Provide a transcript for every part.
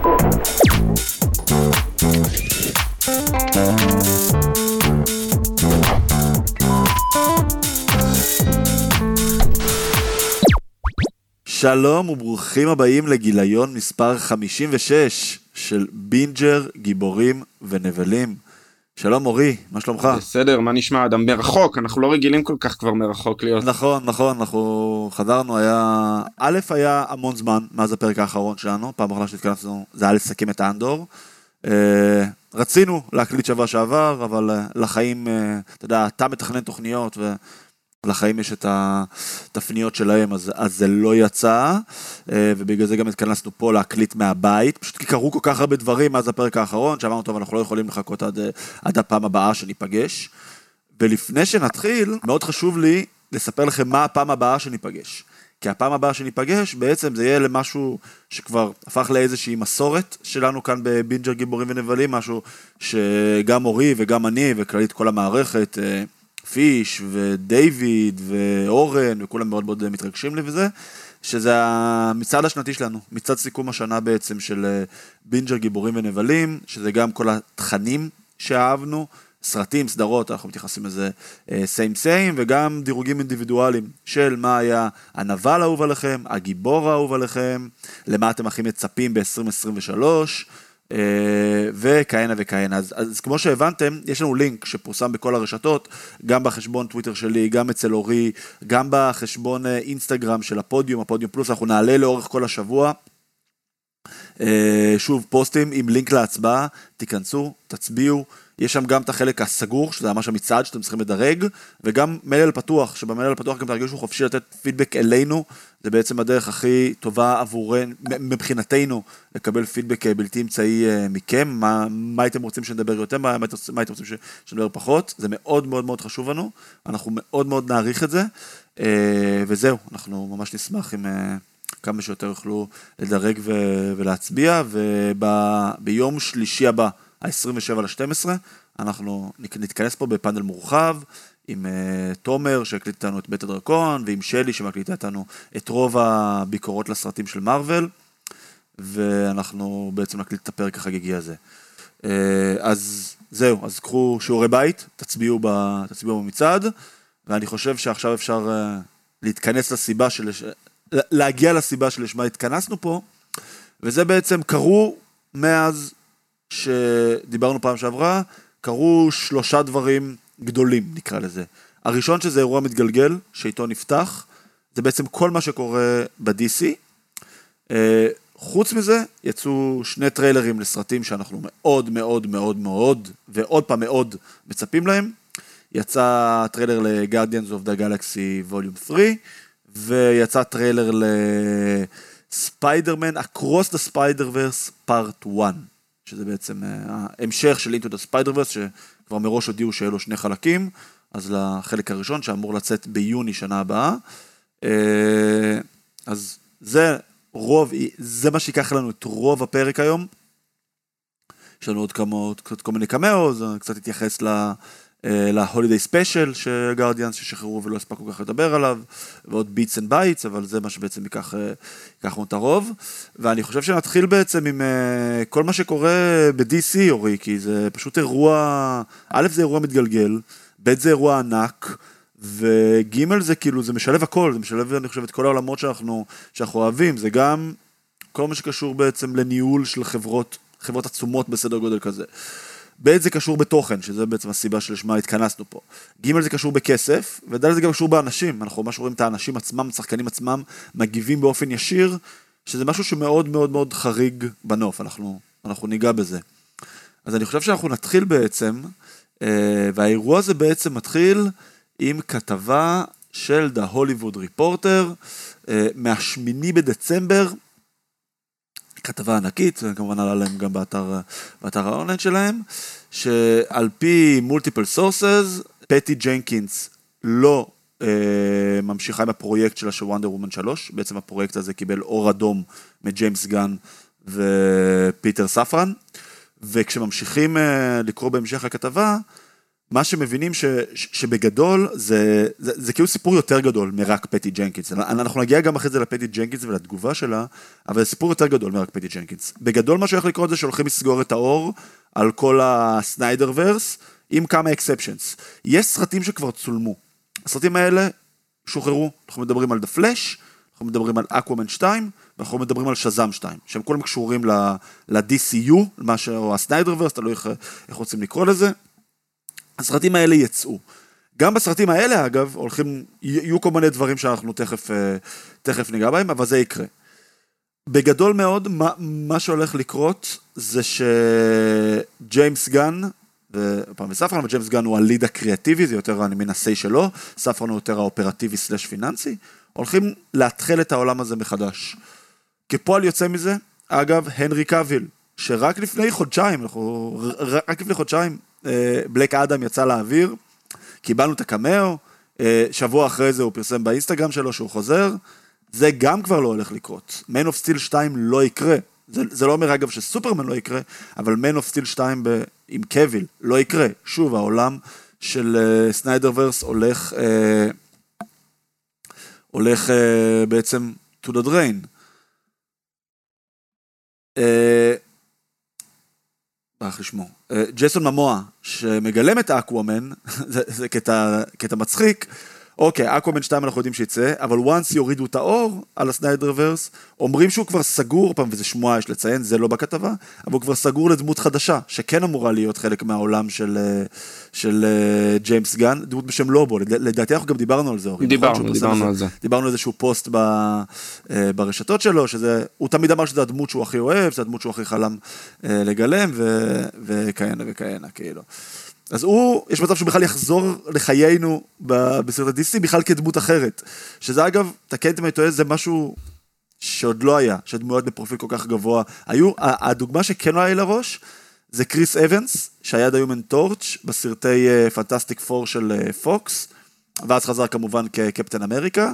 שלום וברוכים הבאים לגיליון מספר 56 של בינג'ר, גיבורים ונבלים. שלום אורי, מה שלומך? בסדר, מה נשמע? אדם מרחוק, אנחנו לא רגילים כל כך כבר מרחוק להיות. נכון, אנחנו חזרנו, היה המון זמן מאז הפרק האחרון שלנו, פעם אחרונה שהתכנסנו זה היה לסכם את האנדור. רצינו להקליט שבוע שעבר, אבל לחיים, אתה יודע, אתה מתכנן תוכניות ולחיים יש את התפניות שלהם, אז זה לא יצא, ובגלל זה גם התכנסנו פה להקליט מהבית, פשוט כי קרו כל כך הרבה דברים מאז הפרק האחרון, שאמרנו טוב, אנחנו לא יכולים לחכות עד הפעם הבאה שניפגש, ולפני שנתחיל, מאוד חשוב לי לספר לכם מה הפעם הבאה שניפגש, כי הפעם הבאה שניפגש בעצם זה יהיה למשהו שכבר הפך לאיזושהי מסורת שלנו כאן בבינג'ר גיבורים ונבלים, משהו שגם אורי וגם אני וכללית כל המערכת, פיש ודייוויד ואורן וכולם מאוד מאוד מתרגשים לי וזה, שזה המצעד השנתי שלנו, מצעד סיכום השנה בעצם של בינג'ר גיבורים ונבלים, שזה גם כל התכנים שאהבנו, סרטים, סדרות, אנחנו מתייחסים לזה סיים, וגם דירוגים אינדיבידואליים של מה היה הנבל האהוב עליכם, הגיבור האהוב עליכם, למה אתם הכי מצפים ב-2023, וכהנה וכהנה. אז כמו שהבנתם, יש לנו לינק שפורסם בכל הרשתות, גם בחשבון טוויטר שלי, גם אצל אורי, גם בחשבון אינסטגרם של הפודיום פלוס, אנחנו נעלה לאורך כל השבוע, שוב פוסטים עם לינק להצבעה, תיכנסו, תצביעו, יש שם גם את החלק הסגור, שזה ממש המצעד שאתם צריכים לדרג, וגם מייל פתוח, שבמייל פתוח גם תרגישו חופשי לתת פידבק אלינו, זה בעצם הדרך הכי טובה עבורנו, מבחינתנו, לקבל פידבק בלתי אמצעי מכם, מה הייתם רוצים שנדבר יותר, מה הייתם רוצים שנדבר פחות, זה מאוד מאוד מאוד חשוב לנו, אנחנו מאוד מאוד נעריך את זה, וזהו, אנחנו ממש נשמח אם כמה שיותר יוכלו לדרג ולהצביע, וביום שלישי הבא, ה-27/12, אנחנו נתכנס פה בפאנל מורחב, עם תומר שהקליט איתנו את בית הדרקון, ועם שלי שמקליט איתנו את רוב הביקורות לסרטים של מארוול, ואנחנו בעצם נקליט את הפרק החגיגי הזה. אז זהו, אז קחו שיעורי בית, תצביעו במצעד, ואני חושב שעכשיו אפשר להתכנס לסיבה להגיע לסיבה שלשמה התכנסנו פה, וזה בעצם קרו מאז שדיברנו פעם שעברה, קרו 3 דברים גדולים, נקרא לזה. הראשון שזה אירוע מתגלגל, שאיתו נפתח, זה בעצם כל מה שקורה ב-DC. חוץ מזה, יצאו 2 טריילרים לסרטים שאנחנו מאוד מאוד מאוד מאוד, ועוד פעם מאוד מצפים להם. יצא טריילר ל-Guardians of the Galaxy Volume 3, ויצא טריילר ל-Spider-Man Across the Spider-Verse Part 1. שזה בעצם ההמשך של Into the Spider-Verse, שכבר מראש הודיעו שיהיה לו 2 חלקים, אז לחלק הראשון שאמור לצאת ביוני שנה הבאה, אז זה מה שיקח לנו את רוב הפרק היום, יש לנו עוד כל מיני קמאו, זה קצת התייחס להולידיי ספיישל של גארדיאנס ששחררו ולא הספקו כל כך לדבר עליו, ועוד ביטס אנד בייטס, אבל זה מה שבעצם ייקח את הרוב, ואני חושב שנתחיל בעצם עם כל מה שקורה ב-DC, אורי, כי זה פשוט אירוע, א' זה אירוע מתגלגל, ב' זה אירוע ענק, וג' זה כאילו, זה משלב הכל, זה משלב אני חושב את כל העולמות שאנחנו אוהבים, זה גם כל מה שקשור בעצם לניהול של חברות עצומות בסדר גודל כזה. ב' זה קשור בתוכן, שזה בעצם הסיבה שלשמה התכנסנו פה. ג' זה קשור בכסף, וד' זה גם קשור באנשים. אנחנו ממש רואים את האנשים עצמם, השחקנים עצמם, מגיבים באופן ישיר, שזה משהו שמאוד מאוד מאוד חריג בנוף. אנחנו ניגע בזה. אז אני חושב שאנחנו נתחיל בעצם, והאירוע הזה בעצם מתחיל עם כתבה של The Hollywood Reporter, מה-8 בדצמבר, כתבה ענקית, כמובן עלה להם גם באתר האונליין שלהם, שעל פי multiple sources, פטי ג'נקינס לא ממשיכה עם הפרויקט שלה של וונדר וומן 3, בעצם הפרויקט הזה קיבל אור אדום מג'יימס גן ופיטר ספרן, וכשממשיכים לקרוא בהמשך הכתבה, מה שמבינים שבגדול זה כאילו סיפור יותר גדול מרק פטי ג'נקינס. אנחנו נגיע גם אחרי זה לפטי ג'נקינס ולתגובה שלה, אבל זה סיפור יותר גדול מרק פטי ג'נקינס. בגדול מה שהולך לקרות זה שהולכים לסגור את האור על כל הסניידר ורס, עם כמה אקספשנס. יש סרטים שכבר צולמו. הסרטים האלה שוחררו. אנחנו מדברים על The Flash, אנחנו מדברים על Aquaman 2, ואנחנו מדברים על שזאם 2, שהם כולם קשורים ל-DCU, או הסניידר ורס, תלוי איך רוצים לקרוא לזה. הסרטים האלה יצאו. גם בסרטים האלה, אגב, יהיו כל מיני דברים שאנחנו תכף ניגע בהם, אבל זה יקרה. בגדול מאוד, מה שהולך לקרות, זה שג'יימס גן, ופעם וספרן, וג'יימס גן הוא הליד הקריאטיבי, זה יותר אני מנסה שלו, ספרן הוא יותר האופרטיבי סלש פיננסי, הולכים להתחיל את העולם הזה מחדש. כפועל יוצא מזה, אגב, הנרי קאביל, שרק לפני חודשיים, בלק אדם יצא לאוויר, קיבלנו את הקמאו, שבוע אחרי זה הוא פרסם באינסטגרם שלו שהוא חוזר, זה גם כבר לא הולך לקרות. Man of Steel 2 לא יקרה. זה לא אומר אגב שסופרמן לא יקרה, אבל Man of Steel 2 עם קביל לא יקרה. שוב, העולם של סניידר ורס הולך בעצם to the drain. ברח לשמור. ג'ייסון ממואה, שמגלם את אקוואמן, זה קטע מצחיק, אוקיי, אקוואמן 2 אנחנו יודעים שיצא, אבל once יורידו את האור על הסניידר ורס, אומרים שהוא כבר סגור, פעם וזה שמועה יש לציין, זה לא בכתבה, אבל הוא כבר סגור לדמות חדשה, שכן אמורה להיות חלק מהעולם של ג'יימס גן, דמות בשם לובו, לדעתי אנחנו גם דיברנו על זה. דיברנו על זה. דיברנו על איזשהו פוסט ברשתות שלו, הוא תמיד אמר שזה הדמות שהוא הכי אוהב, זה הדמות שהוא הכי חלם לגלם, וכהנה, כאילו. אז יש מצב שהוא בכלל יחזור לחיינו בסרט ה-DC, בכלל כדמות אחרת. שזה אגב, תקן אם אני טועה, זה משהו שעוד לא היה, שדמויות בפרופיל כל כך גבוה. הדוגמה שכן לא היה לראש, זה קריס אבנס, שהיה דיומן טורץ' בסרטי פנטסטיק פור של פוקס, ואז חזר כמובן כקפטן אמריקה,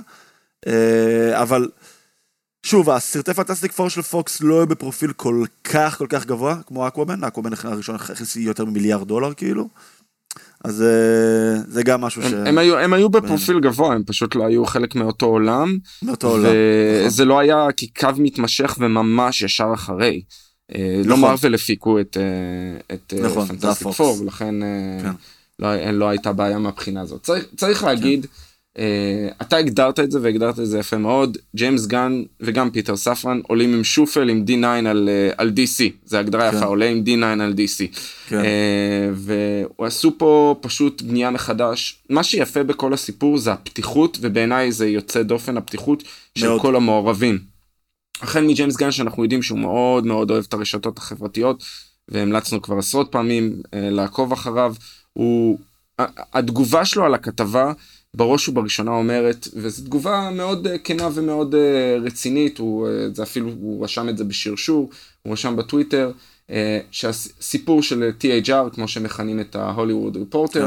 אבל שוב, הסרטי פנטסטיק פור של פוקס לא היו בפרופיל כל כך גבוה, כמו אקוואמן, אקוואמן הראשון הכניס יותר $1 מיליארד, כאילו, אז זה גם משהו הם היו בפרופיל גבוה, הם פשוט לא היו חלק מאותו עולם, וזה לא היה כקו מתמשך וממש ישר אחרי, לא מרוול הפיקו את פנטסטיק פור, ולכן לא הייתה בעיה מהבחינה הזאת. צריך להגיד, אתה הגדרת את זה והגדרת את זה יפה מאוד, ג'יימס גן וגם פיטר ספרן עולים עם שופל עם D9 על DC, זה הגדרה יפה, עולה עם D9 על DC, והוא עשו פה פשוט בנייה מחדש. מה שיפה בכל הסיפור זה הפתיחות, ובעיניי זה יוצא דופן הפתיחות של כל המעורבים, החל מג'יימס גן שאנחנו יודעים שהוא מאוד מאוד אוהב את הרשתות החברתיות, והמלצנו כבר עשרות פעמים לעקוב אחריו, התגובה שלו על הכתבה בראש ובראשונה אומרת, וזו תגובה מאוד כנה ומאוד רצינית, הוא רשם את זה בשרשור, הוא רשם בטוויטר, שהסיפור של THR, כמו שמכנים את ההוליווד ריפורטר,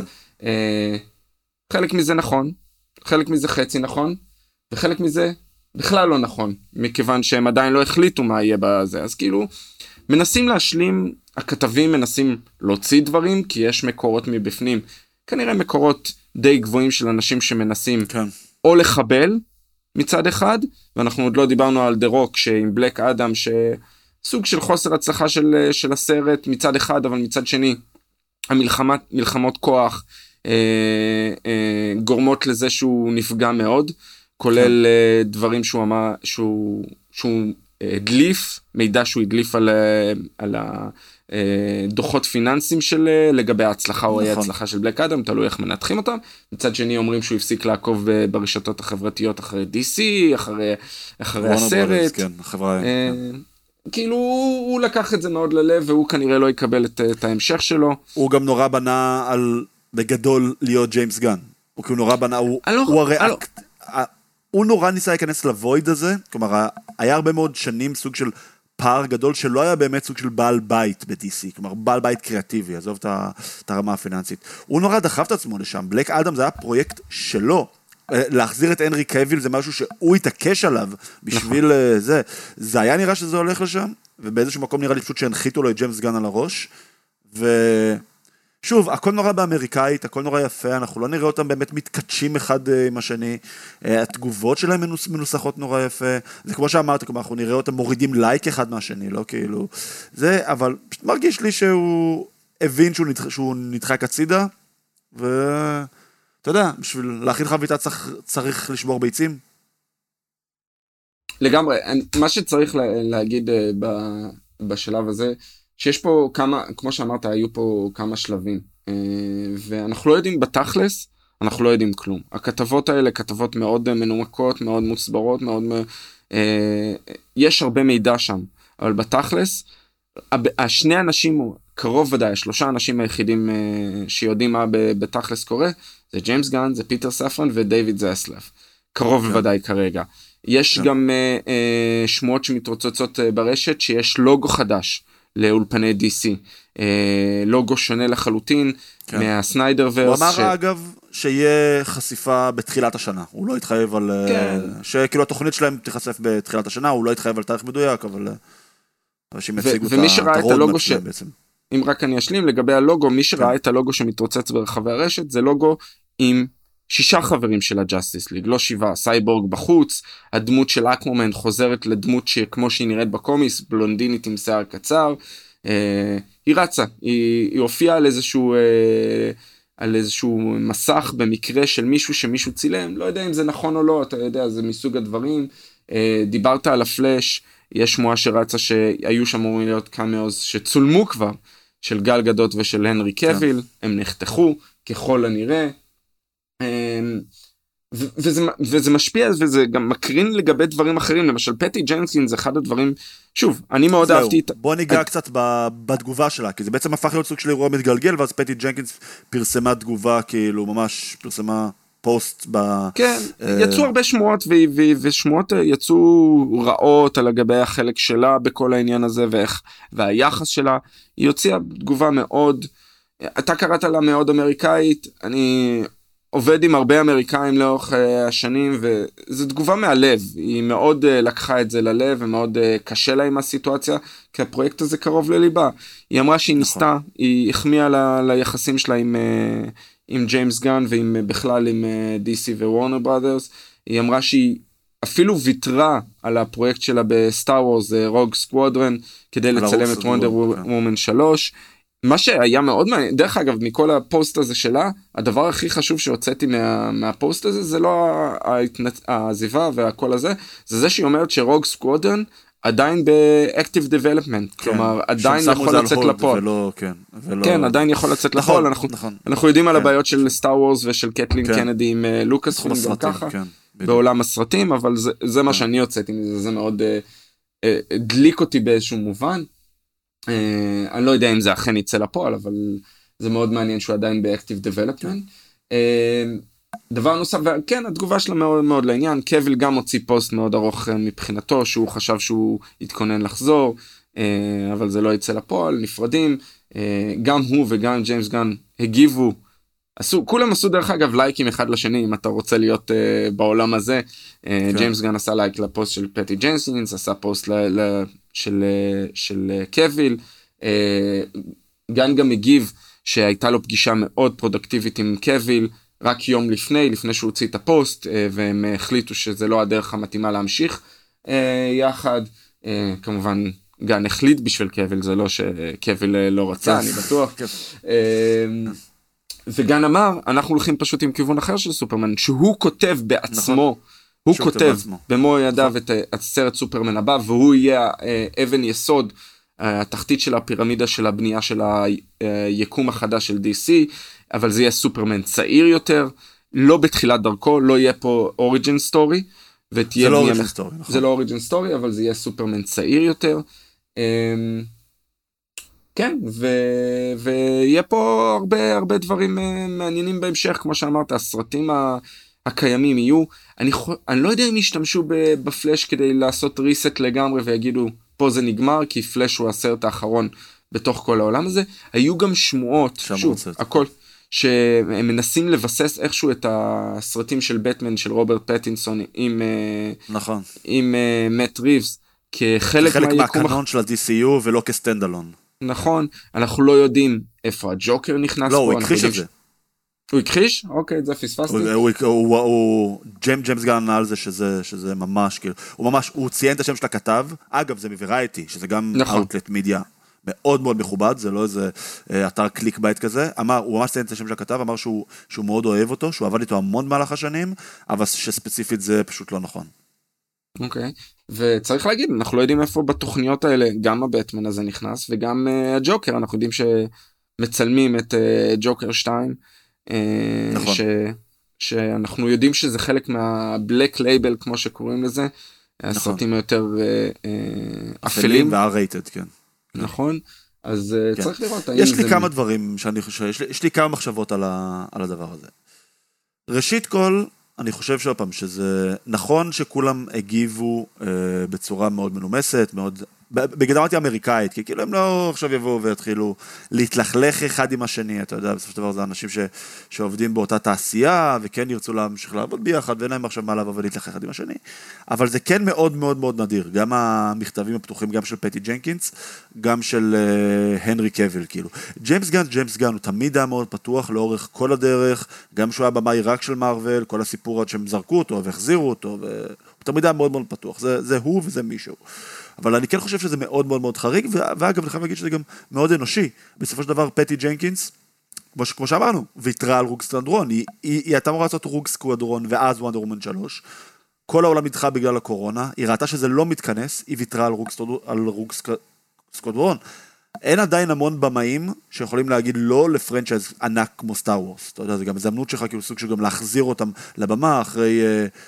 חלק מזה נכון, חלק מזה חצי נכון, וחלק מזה בכלל לא נכון, מכיוון שהם עדיין לא החליטו מה יהיה בזה, אז כאילו, מנסים להשלים, הכתבים מנסים להוציא דברים, כי יש מקורות מבפנים, כנראה מקורות די גבוהים של אנשים שמנסים או לחבל מצד אחד, ואנחנו עוד לא דיברנו על The Rock שעם בלק אדם, שסוג של חוסר הצלחה של הסרט מצד אחד, אבל מצד שני, מלחמות כוח גורמות לזה שהוא נפגע מאוד, כולל דברים שהוא אמר, שהוא הדליף, מידע שהוא הדליף על דוחות פיננסיים של לגבי ההצלחה או ההצלחה של בלק אדם, תלוי איך מנתחים אותם. מצד שני אומרים שהוא הפסיק לעקוב ברשתות החברתיות אחרי DC, אחרי הסרט. כאילו הוא לקח את זה מאוד ללב, והוא כנראה לא יקבל את ההמשך שלו. הוא גם נורא בנה על בגדול להיות ג'יימס גן. הוא כאילו נורא בנה, הוא נורא ניסה להיכנס לוויד הזה, כלומר היה הרבה מאוד שנים סוג של פער גדול שלא היה באמת סוג של בעל בית ב-DC, כלומר בעל בית קריאטיבי, עזוב את הרמה הפיננסית. הוא נורא דחף את עצמו לשם, בלק אדם זה היה פרויקט שלו, להחזיר את הנרי קאביל זה משהו שהוא התעקש עליו בשביל זה, זה היה נראה שזה הולך לשם, ובאיזשהו מקום נראה לי פשוט שהנחיתו לו את ג'יימס גן על הראש, שוב, הכל נורא באמריקאית, הכל נורא יפה, אנחנו לא נראה אותם באמת מתקדשים אחד עם השני, התגובות שלהם מנוסחות נורא יפה, זה כמו שאמרתי, כלומר, אנחנו נראה אותם מורידים לייק אחד מהשני, לא כאילו, זה, אבל פשוט מרגיש לי שהוא הבין שהוא נדחק הצידה, ואתה יודע, בשביל להכין חביתה צריך לשבור ביצים. לגמרי, מה שצריך להגיד בשלב הזה, שיש פה כמה, כמו שאמרת, היו פה כמה שלבים, ואנחנו לא יודעים בתכלס, אנחנו לא יודעים כלום. הכתבות האלה, כתבות מאוד מנומקות, מאוד מוסברות, מאוד, יש הרבה מידע שם, אבל בתכלס, השני אנשים, קרוב ודאי, השלושה אנשים היחידים שיודעים מה בתכלס קורה, זה ג'יימס גן, זה פיטר ספרן ודייוויד זסלף. קרוב ודאי כרגע. יש גם שמועות שמתרוצצות ברשת שיש לוגו חדש לאולפני DC. לוגו שונה לחלוטין מהסניידר ורס. הוא אמר אגב שיהיה חשיפה בתחילת השנה. הוא לא התחייב על... שכאילו התוכנית שלהם תיחשף בתחילת השנה, הוא לא התחייב על תאריך מדויק, אבל אנשים יציגו את הרודמפ שלהם בעצם. אם רק אני אשלים, לגבי הלוגו, מי שראה את הלוגו שמתרוצץ ברחבי הרשת, זה לוגו עם 6 חברים של הג'אסטיס ליג, לא 7, סייבורג בחוץ, הדמות של אקוומן חוזרת לדמות כמו שהיא נראית בקומיס, בלונדינית עם שיער קצר, היא רצה, היא הופיעה על איזשהו מסך במקרה של מישהו שמישהו צילם, לא יודע אם זה נכון או לא, אתה יודע, זה מסוג הדברים, דיברת על הפלאש, יש שמועה שרצה שהיו שם אמורים להיות קאמיוז שצולמו כבר, של גל גדות ושל הנרי קוויל, הם נחתכו ככל הנראה, וזה משפיע וזה גם מקרין לגבי דברים אחרים, למשל פטי ג'נקינס זה אחד הדברים, שוב, אני מאוד אהבתי את... בוא ניגע קצת בתגובה שלה, כי זה בעצם הפך להיות סוג של אירוע מתגלגל, ואז פטי ג'נקינס פרסמה תגובה, כאילו ממש פרסמה פוסט כן, יצאו הרבה שמועות, ושמועות יצאו רעות על לגבי החלק שלה בכל העניין הזה, והיחס שלה, היא הוציאה תגובה מאוד, אתה קראת לה מאוד אמריקאית, אני... עובד עם הרבה אמריקאים לאורך השנים, וזו תגובה מהלב, היא מאוד לקחה את זה ללב, ומאוד קשה לה עם הסיטואציה, כי הפרויקט הזה קרוב לליבה. היא אמרה שהיא ניסתה, היא החמיאה ליחסים שלה עם ג'יימס גן, בכלל עם DC ווורנר בראדרס, היא אמרה שהיא אפילו ויתרה על הפרויקט שלה בסטאר וורס, רוג סקוואדרן, כדי לצלם את וונדר וומן 3, מה שהיה מאוד מעניין, דרך אגב, מכל הפוסט הזה שלה, הדבר הכי חשוב שהוצאתי מהפוסט הזה, זה לא העזיבה והכל הזה, זה שהיא אומרת שרוג סקוואדרן עדיין ב-active development, כלומר, עדיין יכול לצאת לפועל. כן, עדיין יכול לצאת לפועל, אנחנו יודעים על הבעיות של סטאר וורס ושל קטלין קנדי עם לוקאס פילם גם ככה, בעולם הסרטים, אבל זה מה שאני הוצאתי מזה, זה מאוד דליק אותי באיזשהו מובן, אני לא יודע אם זה אכן יצא לפועל, אבל זה מאוד מעניין שהוא עדיין ב-active development. דבר נוסף, וכן, התגובה שלה מאוד מאוד לעניין, קוויל גם הוציא פוסט מאוד ארוך מבחינתו, שהוא חשב שהוא יתכונן לחזור, אבל זה לא יצא לפועל, נפרדים, גם הוא וגם ג'יימס גן הגיבו, כולם עשו דרך אגב לייקים אחד לשני, אם אתה רוצה להיות בעולם הזה, ג'יימס גן עשה לייק לפוסט של פטי ג'נסינס, עשה פוסט של קוויל, גן גם הגיב שהייתה לו פגישה מאוד פרודקטיבית עם קוויל, רק יום לפני שהוא הוציא את הפוסט, והם החליטו שזה לא הדרך המתאימה להמשיך יחד, כמובן גן החליט בשביל קוויל, זה לא שקוויל לא רצה, אני בטוח. וגן אמר, אנחנו הולכים פשוט עם כיוון אחר של סופרמן, שהוא כותב בעצמו, הוא כותב במו ידיו את הסרט סופרמן הבא, והוא יהיה אבן יסוד, התחתית של הפירמידה של הבנייה של היקום החדש של DC, אבל זה יהיה סופרמן צעיר יותר, לא בתחילת דרכו, לא יהיה פה אוריג'ין סטורי, זה לא אוריג'ין סטורי, נכון. זה לא אוריג'ין סטורי, אבל זה יהיה סופרמן צעיר יותר, כן, ויהיה פה הרבה דברים מעניינים בהמשך, כמו שאמרת, הסרטים הקיימים יהיו, אני לא יודע אם ישתמשו בפלאש כדי לעשות ריסט לגמרי ויגידו, פה זה נגמר, כי פלאש הוא הסרט האחרון בתוך כל העולם הזה, היו גם שמועות, שוב, הכל, שהם מנסים לבסס איכשהו את הסרטים של בטמן, של רוברט פטינסון, עם מאט ריבס, כחלק מהקנון של ה-DCU ולא כסטנדלון. נכון, אנחנו לא יודעים איפה הג'וקר נכנס לא, פה. הוא הכחיש את זה. הוא הכחיש? אוקיי, את זה פספסתי. ג'יימס גן ענה על זה שזה ממש, כאילו, הוא ציין את השם של הכתב, אגב, זה מווראייטי, שזה גם אאוטלט מידיה מאוד מאוד מכובד, זה לא איזה אתר קליק בייט כזה, הוא ממש ציין את השם של הכתב, אמר שהוא מאוד אוהב אותו, שהוא עבד איתו המון מהלך השנים, אבל שספציפית זה פשוט לא נכון. אוקיי, וצריך להגיד, אנחנו לא יודעים איפה בתוכניות האלה, גם הבטמן הזה נכנס, וגם הג'וקר, אנחנו יודעים שמצלמים את ג'וקר 2, נכון. שאנחנו יודעים שזה חלק מהבלק לייבל, כמו שקוראים לזה, הסרטים היותר אפלים. וה-rated, כן. נכון, אז צריך לראות. יש לי כמה דברים שאני חושב, יש לי כמה מחשבות על הדבר הזה. ראשית כל, אני חושב שפעם שזה נכון שכולם הגיבו בצורה מאוד מנומסת, מאוד, בגלל אמרתי אמריקאית, כי כאילו הם לא עכשיו יבואו ויתחילו להתלכלך אחד עם השני, אתה יודע, בסופו של דבר זה אנשים שעובדים באותה תעשייה, וכן ירצו להמשיך לעבוד ביחד, ואין להם עכשיו מה לבוא ולהתלכלך אחד עם השני, אבל זה כן מאוד מאוד מאוד נדיר, גם המכתבים הפתוחים, גם של פטי ג'נקינס, גם של הנרי קוויל, כאילו. ג'יימס גן הוא תמיד היה מאוד פתוח לאורך כל הדרך, גם שהוא היה במאי רק של מארוול, כל הסיפור עד שהם זרקו אותו והחזירו אותו, והוא תמיד היה מאוד מאוד פתוח, זה הוא וזה מישהו. אבל אני כן חושב שזה מאוד מאוד מאוד חריג, ואגב, אני חייב להגיד שזה גם מאוד אנושי. בסופו של דבר, פטי ג'נקינס, כמו שאמרנו, ויתרה על רוג סקוואדרון, היא הייתה אמורה לעשות רוג סקוואדרון, ואז וונדר וומן 3, כל העולם נדחה בגלל הקורונה, היא ראתה שזה לא מתכנס, היא ויתרה על רוג סקוואדרון. אין עדיין המון במאים שיכולים להגיד לא לפרנצ'ייז ענק כמו סטאר וורס. אתה יודע, זה גם הזדמנות שלך, כאילו סוג של גם להחזיר אותם לבמה אחרי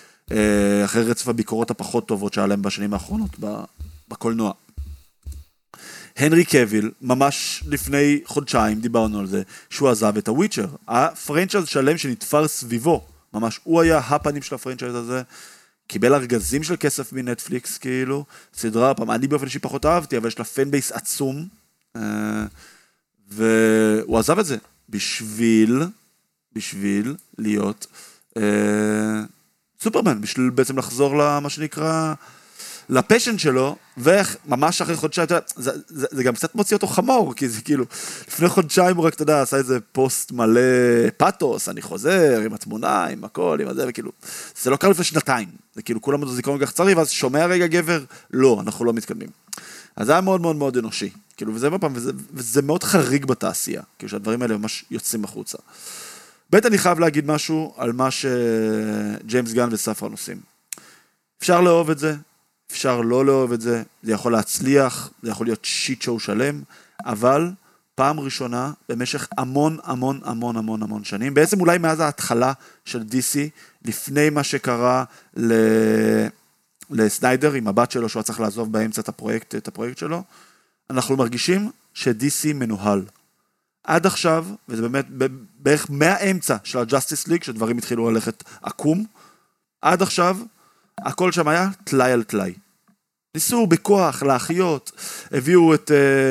רצף הביקורות הפחות טובות שהיה להם בשנים האחרונות בקולנוע. הנרי קוויל, ממש לפני חודשיים דיברנו על זה, שהוא עזב את הוויצ'ר. הפרנצ'ייז שלם שנתפר סביבו, ממש הוא היה הפנים של הפרנצ'ייז הזה, קיבל ארגזים של כסף מנטפליקס, כאילו, סדרה, פעם, אני באופן אישי פחות אהבתי, אבל יש לה פן בייס עצום, והוא עזב את זה, בשביל להיות סופרמן, בשביל בעצם לחזור למה שנקרא, לפשן שלו, וממש אחרי חודשיים, זה גם קצת מוציא אותו חמור, כי זה כאילו, לפני חודשיים הוא רק, אתה יודע, עשה איזה פוסט מלא פאטוס, אני חוזר עם התמונה, עם הכל, עם הזה, וכאילו, זה לא קרה לפני שנתיים, זה כאילו, כולם עוד זיכרון כך צריך, ואז שומע רגע גבר, לא, אנחנו לא מתקדמים. אז זה היה מאוד מאוד מאוד אנושי, כאילו, וזה מאוד חריג בתעשייה, כאילו שהדברים האלה ממש יוצאים החוצה. בית אני חייב להגיד משהו על מה שג'יימס גן וספרן עושים. אפשר לאהוב את זה, אפשר לא לאהוב את זה, זה יכול להצליח, זה יכול להיות שיט שואו שלם, אבל פעם ראשונה במשך המון שנים, בעצם אולי מאז ההתחלה של DC, לפני מה שקרה לסניידר עם הבת שלו, שהוא צריך לעזוב באמצע את הפרויקט שלו, אנחנו מרגישים ש-DC מנוהל. עד עכשיו, וזה באמת בערך מהאמצע של ה-Justice League, שדברים התחילו ללכת עקום, עד עכשיו, הכל שם היה תלאי על תלאי. ניסו בכוח להחיות, הביאו את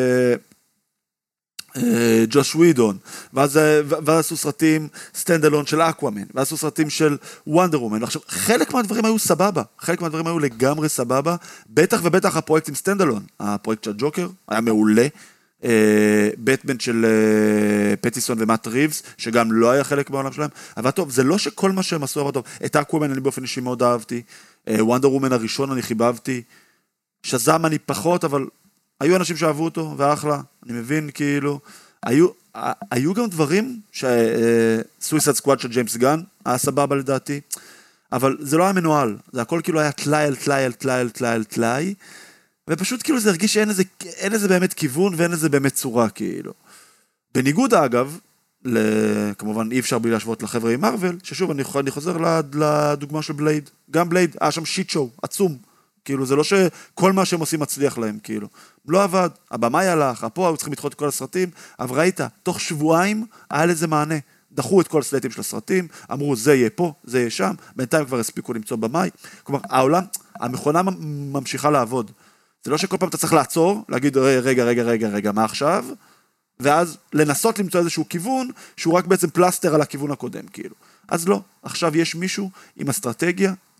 ג'וש ווידון, ואז עשו סרטים סטנדלון של אקוואמן, ואז עשו סרטים של וונדר וומן, ועכשיו חלק מהדברים היו סבבה, חלק מהדברים היו לגמרי סבבה, בטח ובטח הפרויקט עם סטנדלון, הפרויקט של ג'וקר היה מעולה, בטמן של פטיסון ומאט ריבס, שגם לא היה חלק בעולם שלהם, אבל טוב, זה לא שכל מה שהם עשו, אבל טוב, את אקוואמן אני באופן אישי מאוד אהבתי, וונדר וומן הראשון אני חיבבתי, שזם אני פחות, אבל היו אנשים שאהבו אותו, ואחלה, אני מבין כאילו, היו גם דברים, סוויסייד סקוואד של ג'יימס גן, היה סבבה לדעתי, אבל זה לא היה מנוהל, זה הכל כאילו היה תלאי על תלאי על תלאי על תלאי על תלאי, ופשוט כאילו זה הרגיש שאין איזה באמת כיוון, ואין איזה באמת צורה כאילו. בניגוד אגב, כמובן אי אפשר בלי להשוות לחבר'ה עם מארוול, ששוב אני חוזר לדוגמה של בלייד, גם בלייד היה שם שיט שואו, עצום, כאילו זה לא שכל מה שהם עושים מצליח להם, כאילו, לא עבד, הבמאי הלך, פה היו צריכים לדחות את כל הסרטים, אבל ראית, תוך שבועיים היה לזה מענה, דחו את כל הסלטים של הסרטים, אמרו זה יהיה פה, זה יהיה שם, בינתיים כבר הספיקו למצוא במאי, כלומר העולם, המכונה ממשיכה לעבוד, זה לא שכל פעם אתה צריך לעצור, להגיד רגע, מה עכשיו? ואז לנסות למצוא איזשהו כיוון, שהוא רק בעצם פלסטר על הכיוון הקודם, כאילו. אז לא, עכשיו יש מישהו עם אסטרטגיה,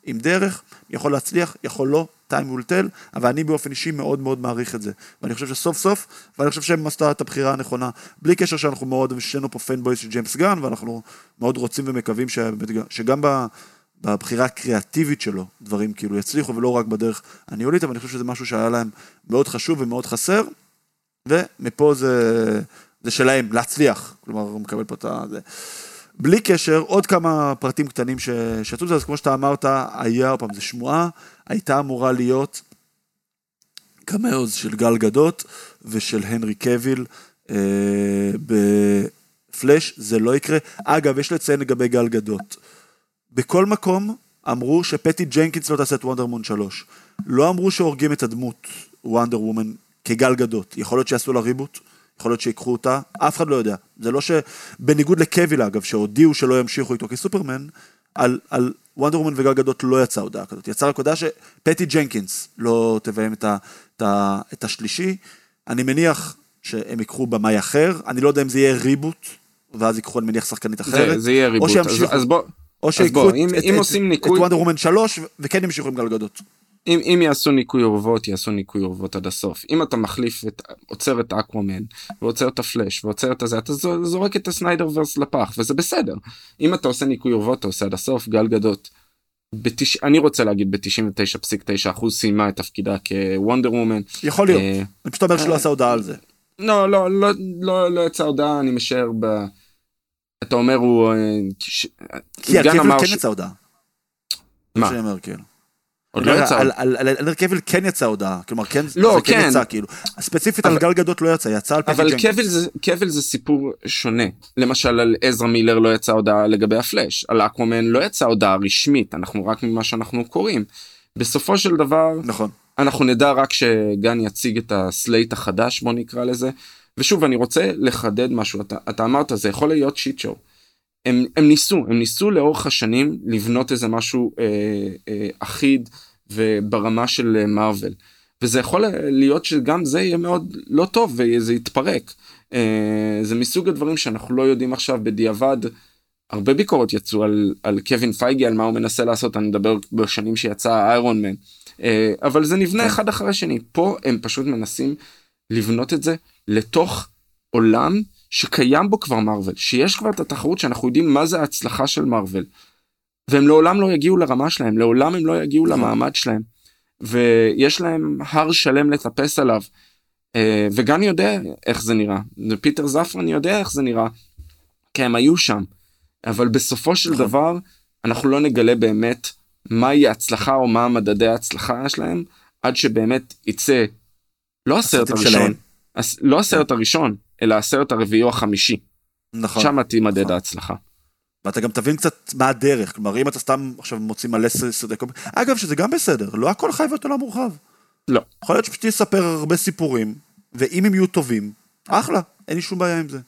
עם דרך, יכול להצליח, יכול לא, time will tell, אבל אני באופן אישי מאוד מאוד מעריך את זה, ואני חושב שסוף סוף, ואני חושב שהם עשתה את הבחירה הנכונה, בלי קשר שאנחנו מאוד, ושנינו פה פנבויס של ג'יימס גן, ואנחנו מאוד רוצים ומקווים שגם בבחירה הקריאטיבית שלו, דברים כאילו יצליחו, ולא רק בדרך הניהולית, אבל אני חושב שזה משהו שהיה להם מאוד חשוב ומאוד חסר, ומפה זה שלהם, להצליח, כלומר, הוא מקבל פה את זה. בלי קשר, עוד כמה פרטים קטנים ששתו, אז כמו שאתה אמרת, היה, פעם זה שמועה, הייתה אמורה להיות קמאוז של גל גדות, ושל הנרי קוויל בפלאש, זה לא יקרה. אגב, יש לציין לגבי גל גדות. בכל מקום אמרו שפטי ג'נקינס לא תעשה את וונדר מון 3. לא אמרו שהורגים את הדמות וונדר וומן כגל גדות. יכול להיות שיעשו לה ריבוט, יכול להיות שיקחו אותה, אף אחד לא יודע. זה לא שבניגוד לקוויל, אגב, שהודיעו שלא ימשיכו איתו כסופרמן, על וונדר וומן וגל גדות לא יצאה הודעה כזאת. יצאה רק הודעה שפטי ג'נקינס לא תביים את השלישי. אני מניח שהם יקחו במאי אחר. אני לא יודע אם זה יהיה ריבוט, ואז יקחו, אני מניח, שחקנית אחרת. זה יהיה ריבוט. או שיקחו את וונדר וומן 3, וכן ימשיכו עם גל גדות. אם יעשו ניקוי אורוות, יעשו ניקוי אורוות עד הסוף. אם אתה מחליף עוצר את אקוומן, ועוצר את הפלאש, ועוצר את הזה, אתה זורק את הסניידר ורס לפח, וזה בסדר. אם אתה עושה ניקוי אורוות, אתה עושה עד הסוף, גל גדות, אני רוצה להגיד ב-99.9% סיימה את תפקידה כוונדר וומן. יכול להיות. אני פשוט אומר שלא עשה הודעה על זה. לא יצא הודעה, אני משאר אתה אומר הוא... כי הקבל כן יצא הודעה. מה? שאני אומר, כאילו. עוד לא יצא. על קבל כן יצא הודעה, כלומר כן, לא, כן יצא, כאילו. ספציפית על גל גדות לא יצא, יצא על פטי ג'נקינס. אבל קבל זה סיפור שונה. למשל על עזרא מילר לא יצא הודעה לגבי הפלאש, על אקוומן לא יצא הודעה רשמית, אנחנו רק ממה שאנחנו קוראים. בסופו של דבר, נכון. אנחנו נדע רק שגן יציג את הסלייט החדש, בוא נקרא לזה. ושוב, אני רוצה לחדד משהו, אתה אמרת, זה יכול להיות שיט שואו. הם ניסו לאורך השנים לבנות איזה משהו אחיד וברמה של מארוול. וזה יכול להיות שגם זה יהיה מאוד לא טוב וזה יתפרק. זה מסוג הדברים שאנחנו לא יודעים עכשיו בדיעבד. הרבה ביקורות יצאו על קווין פייגי, על מה הוא מנסה לעשות, אני מדבר בשנים שיצא איירון מן. אבל זה נבנה אחד אחרי שני. פה הם פשוט מנסים לבנות את זה לתוך עולם שקיים בו כבר מארוול, שיש כבר את התחרות שאנחנו יודעים מה זה ההצלחה של מארוול, והם לעולם לא יגיעו לרמה שלהם, לעולם הם לא יגיעו למעמד שלהם, ויש להם הר שלם לטפס עליו, וגם יודע איך זה נראה, פיטר זפרן יודע איך זה נראה, כי הם היו שם, אבל בסופו של דבר, אנחנו לא נגלה באמת מהי ההצלחה או מה מדדי ההצלחה שלהם, עד שבאמת יצא, לא הסרט הראשון, לא הסרט הראשון, אלא הסרט הרביעי או החמישי. נכון. שם תימדד ההצלחה. ואתה גם תבין קצת מה הדרך, כלומר, אם אתה סתם עכשיו מוציא מלא סרטי קומיקס, אגב, שזה גם בסדר, לא הכל חייב להיות עולם מורחב. לא. יכול להיות שפשוט יספר הרבה סיפורים, ואם הם יהיו טובים, אחלה, אין לי שום בעיה עם זה.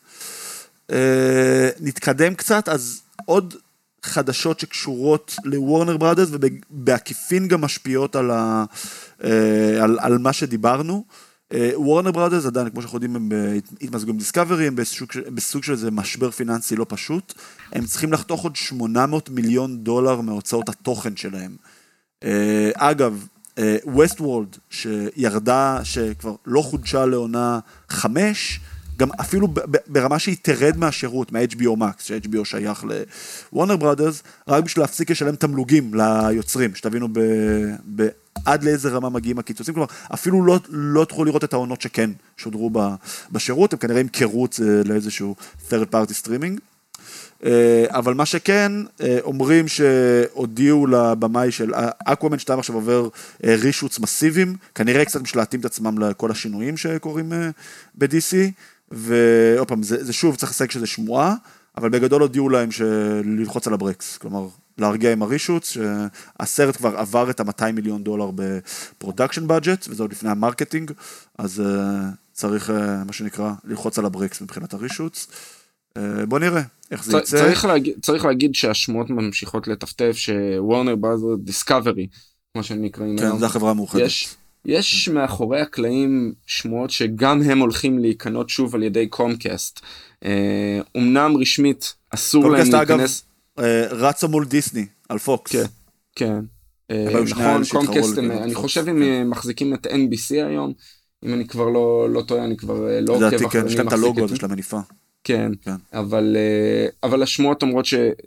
נתקדם קצת, אז עוד חדשות שקשורות לוורנר בראדרס, ובעקיפין גם משפיעות על מה שדיברנו. וורנר בראדרס עדיין, כמו שאנחנו יודעים, הם התמזגו עם דיסקאברי, הם בסוג של איזה משבר פיננסי לא פשוט, הם צריכים לחתוך עוד $800 מיליון מהוצאות התוכן שלהם. אגב, ווסטוורלד שירדה, שכבר לא חודשה לעונה 5, גם אפילו ברמה שהיא תרד מהשירות, מה-HBO Max, ש-HBO שייך לוורנר בראדרס, רק בשביל להפסיק לשלם תמלוגים ליוצרים, שתבינו עד לאיזה רמה מגיעים הקיצוצים, כלומר, אפילו לא תוכלו לראות את העונות שכן שודרו בשירות, הם כנראה ימכרו את זה לאיזשהו third party streaming, אבל מה שכן, אומרים שהודיעו לבמאי של אקוומן 2 עכשיו עובר רישוץ מסיביים, כנראה קצת משלטים את עצמם לכל השינויים שקורים ב-DC, ועוד פעם, זה שוב צריך לסייג שזה שמועה, אבל בגדול הודיעו להם ללחוץ על הברקס, כלומר, להרגיע עם הרישוץ, שהסרט כבר עבר את $200 מיליון בפרודקשן בדג'ט, וזה עוד לפני המרקטינג, אז צריך, מה שנקרא, ללחוץ על הברקס מבחינת הרישוץ. בוא נראה איך זה יצא. צריך להגיד שהשמועות ממשיכות לטפטף, שוורנר בראדרס דיסקאברי, כמו שנקראים. כן, זה החברה המאוחדת. יש מאחורי הקלעים שמועות שגם הם הולכים להיכנות שוב על ידי קומקאסט. אמנם רשמית אסור להם להיכנס. רצה מול דיסני, על פוקס. כן. נכון, קומקסט, אני חושב הם מחזיקים את NBC היום, אם אני כבר לא טועה, אני כבר לא עוקב אחרי, כן, יש להם את הלוגו הזה של המניפה. כן, אבל השמועות אומרות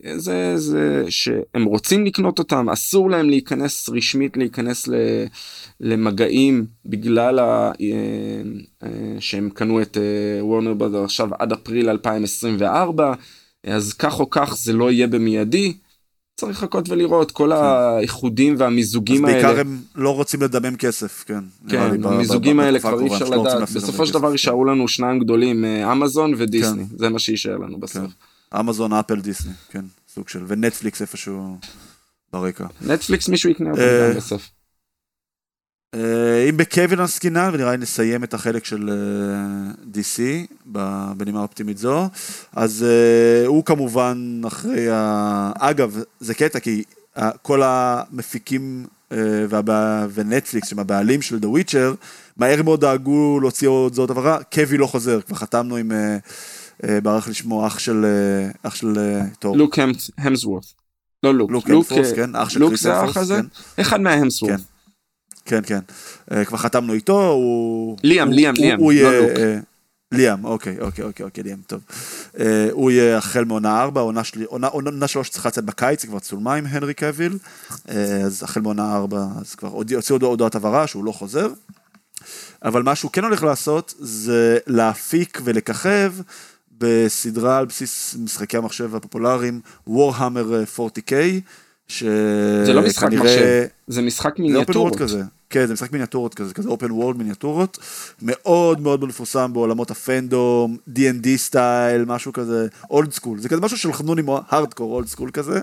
שהם רוצים לקנות אותם, אסור להם להיכנס רשמית, להיכנס למגעים, בגלל שהם קנו את וורנר ברודרס עכשיו עד אפריל 2024, אז כך או כך זה לא יהיה במיידי, צריך לחכות ולראות כל האיחודים והמיזוגים האלה. אז בעיקר הם לא רוצים לדמם כסף, כן. כן, המיזוגים האלה כבר אי אפשר לדעת. בסופו של דבר יישארו לנו שניים גדולים, אמזון ודיסני. זה מה שישאר לנו בסוף. אמזון, אפל, דיסני, כן, סוג של, ונטפליקס איפשהו ברקע. נטפליקס מישהו יקנה אותם גם בסוף. אם בקווין עסקינן, ונראה לי נסיים את החלק של DC, בנימה אופטימית זו, אז הוא כמובן אחרי, אגב, זה קטע, כי כל המפיקים ונטפליקס, שהם הבעלים של The Witcher, מהר מאוד דאגו להוציא עוד זאת עברה, קווי לא חוזר, כבר חתמנו עם, בערך לשמו, אח של תור. לוק המסוורת'. לא לוק. לוק המסוורת', כן, אח של קריס המסוורת', כן. אחד מההמסוורת'. כן, כן. כבר חתמנו איתו, הוא... ליאם, לא לוק. ליאם, אוקיי, ליאם, טוב. הוא יהיה החל מעונה 4, עונה 3 צריכה לצאת בקיץ, היא כבר צולמה עם הנרי קוויל, אז החל מעונה 4, אז כבר הוציאו הודעת עברה שהוא לא חוזר, אבל מה שהוא כן הולך לעשות, זה להפיק ולככב בסדרה על בסיס משחקי המחשב הפופולריים, Warhammer 40K, זה לא משחק מחשב, זה משחק מיניאטורות. כן, זה משחק מיניאטורות כזה, כזה open world מיניאטורות, מאוד מאוד מפורסם בעולמות הפנדום, D&D סטייל, משהו כזה, אולד סקול, זה כזה משהו של חנונים הארדקור, אולד סקול כזה,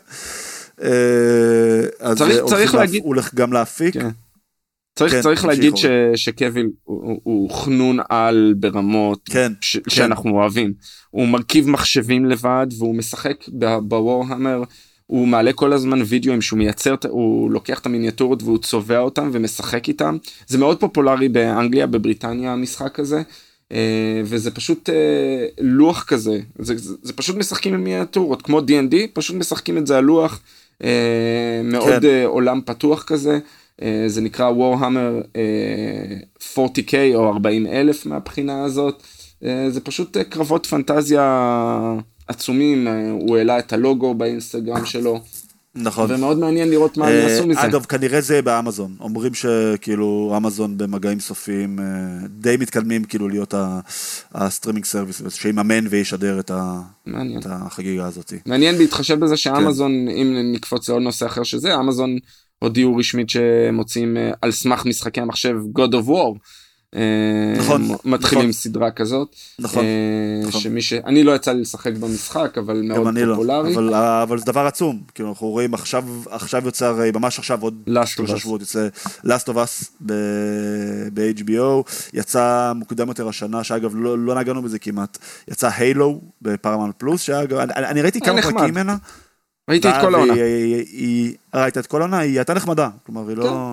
אז הוא הולך גם להפיק. צריך להגיד שקוויל הוא חנון על ברמות שאנחנו אוהבים, הוא מרכיב מחשבים לבד, והוא משחק בוורהמר, הוא מעלה כל הזמן וידאוים שהוא מייצר, הוא לוקח את המיניאטורות והוא צובע אותם ומשחק איתם. זה מאוד פופולרי באנגליה, בבריטניה המשחק הזה, וזה פשוט לוח כזה, זה פשוט משחקים עם מיניאטורות, כמו D&D, פשוט משחקים את זה על לוח, מאוד עולם פתוח כזה, זה נקרא Warhammer 40K או 40,000 מהבחינה הזאת, זה פשוט קרבות פנטזיה עצומים, הוא העלה את הלוגו באינסטגרם שלו. נכון. ומאוד מעניין לראות מה הם יעשו מזה. אגב, כנראה זה באמזון. אומרים שכאילו אמזון במגעים סופיים די מתקדמים כאילו להיות הסטרימינג סרוויס, שיממן וישדר את החגיגה הזאת. מעניין בהתחשב בזה שאמזון, אם נקפוץ לעוד נושא אחר שזה, אמזון הודיעו רשמית שמוצאים על סמך משחקי המחשב God of War, מתחילים סדרה כזאת, אני לא יצא לי לשחק במשחק, אבל מאוד פופולרי, אבל זה דבר עצום, כאילו אנחנו רואים עכשיו יוצא, ממש עכשיו עוד 3 שבועות יוצא Last of Us ב-HBO, יצא מוקדם יותר השנה, שאגב לא נגענו בזה כמעט, יצא הילו בפרמאונט פלוס, שאגב אני ראיתי כמה פרקים ממנה, ראיתי את כל העונה, ראית את כל העונה, היא הייתה נחמדה, כלומר היא לא,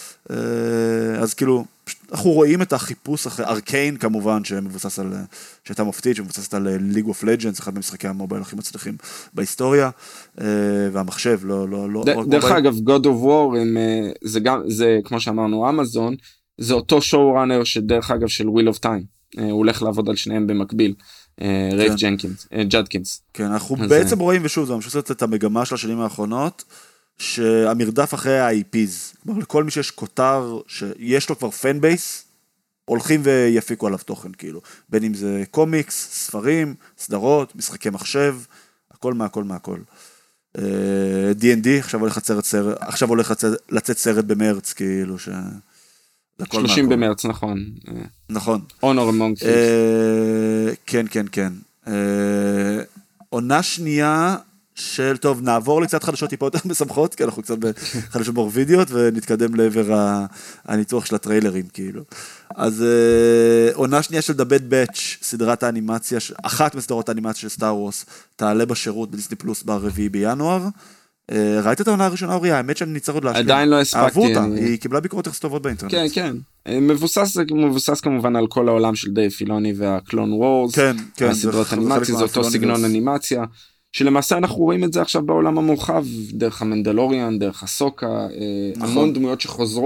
אז כאילו אנחנו רואים את החיפוש אחרי ארקיין כמובן, שמבוסס על, שהייתה מופתית, שמבוססת על League of Legends, אחד ממשחקי המובייל הכי מצליחים בהיסטוריה, והמחשב לא... דרך אגב, God of War, זה כמו שאמרנו, אמזון, זה אותו showrunner שדרך אגב של Wheel of Time, הוא הולך לעבוד על שניהם במקביל, רייף ג'דקינס. כן, אנחנו בעצם רואים, ושוב, זה משוסת את המגמה של השנים האחרונות, שהמרדף אחרי ה-IPs, כלומר לכל מי שיש כותר שיש לו כבר פן בייס, הולכים ויפיקו עליו תוכן כאילו, בין אם זה קומיקס, ספרים, סדרות, משחקי מחשב, הכל מהכל. D&D, עכשיו הולך לצאת סרט במרץ כאילו, 30 במרץ, נכון. נכון. Honor Among Thieves. כן. עונה שנייה, טוב, נעבור לקצת חדשות טיפה יותר משמחות, כי אנחנו קצת בחדשות מורבידיות, ונתקדם לעבר הניתוח של הטריילרים, כאילו. אז עונה שנייה של The Bad Batch, סדרת האנימציה, אחת מסדרות האנימציה של סטאר וורס, תעלה בשירות בדיסני פלוס ב4 בינואר. ראית את העונה הראשונה, אוריה? האמת שאני ניצר עוד להשלים. עדיין לא הספקתי. אהבו אותה, היא קיבלה ביקורות איך טובות באינטרנט. כן. מבוסס כמובן על כל העולם של דייב פילוני והקלון וורס. כן. הסדרות אנימציה, זה אותו סגנון אנימציה. שלמעשה אנחנו רואים את זה עכשיו בעולם המורחב, דרך המנדלוריאן, דרך הסוקה, המון דמויות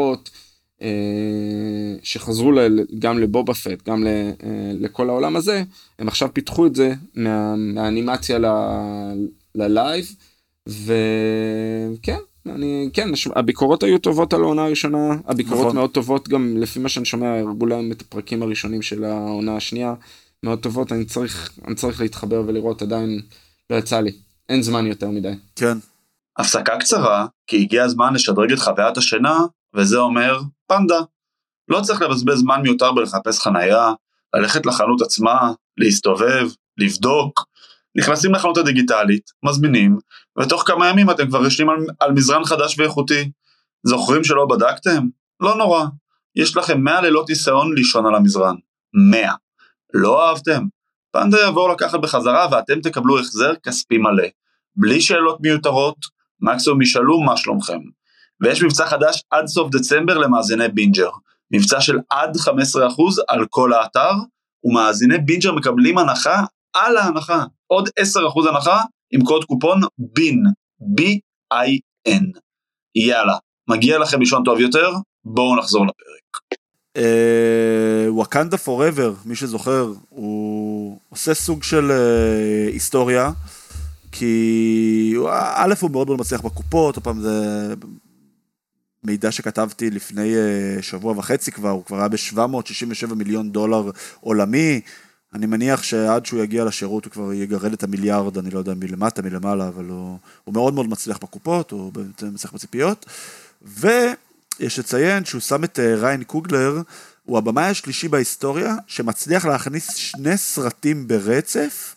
שחזרו גם לבובה פט, גם לכל העולם הזה, הם עכשיו פיתחו את זה מהאנימציה ללייב, וכן, הביקורות היו טובות על העונה הראשונה, הביקורות מאוד טובות גם לפי מה שאני שומע, הרגו להם את הפרקים הראשונים של העונה השנייה, מאוד טובות, אני צריך להתחבר ולראות, עדיין לא יצא לי, אין זמן יותר מדי. כן. הפסקה קצרה, כי הגיע הזמן לשדרג את חוויית השינה, וזה אומר פנדה. לא צריך לבזבז זמן מיותר בלחפש חנייה, ללכת לחנות עצמה, להסתובב, לבדוק, נכנסים לחנות הדיגיטלית, מזמינים, ותוך כמה ימים אתם כבר ישנים על מזרן חדש ואיכותי. זוכרים שלא בדקתם? לא נורא. יש לכם 100 לילות ניסיון לישון על המזרן. 100. לא אהבתם? פנדה יבואו לקחת בחזרה ואתם תקבלו החזר כספי מלא. בלי שאלות מיותרות, מקסימום ישאלו מה שלומכם. ויש מבצע חדש עד סוף דצמבר למאזיני בינג'ר. מבצע של עד 15% על כל האתר, ומאזיני בינג'ר מקבלים הנחה על ההנחה. עוד 10% הנחה עם קוד קופון בין, B-I-N. יאללה, מגיע לכם לישון טוב יותר, בואו נחזור לפרק. וואקנדה פוראבר, מי שזוכר, הוא עושה סוג של היסטוריה, כי א' הוא מאוד מאוד מצליח בקופות, הפעם זה מידע שכתבתי לפני שבוע וחצי כבר, הוא כבר היה ב$767 מיליון עולמי, אני מניח שעד שהוא יגיע לשירות הוא כבר יגרד את המיליארד, אני לא יודע מלמטה, מלמעלה, אבל הוא מאוד מאוד מצליח בקופות, הוא מצליח בציפיות, ויש לציין שהוא שם את ריין קוגלר, הוא הבמאי השלישי בהיסטוריה, שמצליח להכניס 2 סרטים ברצף,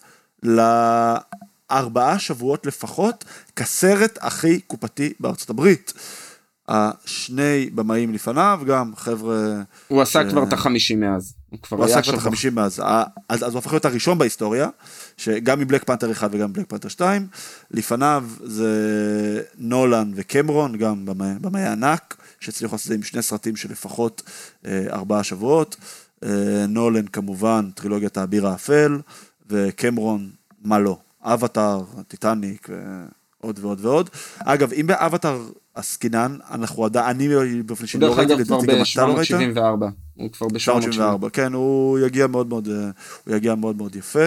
4 שבועות לפחות, כסרט הכי קופתי בארצות הברית. השני במאים לפניו, גם חבר'ה... הוא עשה כבר את ה-50 מאז. הוא עשה כבר את ה-50 מאז. אז הוא הפך להיות הראשון בהיסטוריה, שגם מבלק פנתר 1 וגם מבלק פנתר 2. לפניו זה נולן וקמרון, גם במאי ענק, שהצליחו לעשות את זה עם 2 סרטים של לפחות 4 שבועות. נולן כמובן, טרילוגיית האביר האפל, וקמרון, מה לא? אבטר, טיטניק, ועוד ועוד ועוד. אגב, אם באבטר הסקינן, אני באופן שני לא ראיתי, לדעתי גם אתה לא ראית? הוא כבר ב-774. כן, הוא יגיע מאוד מאוד יפה.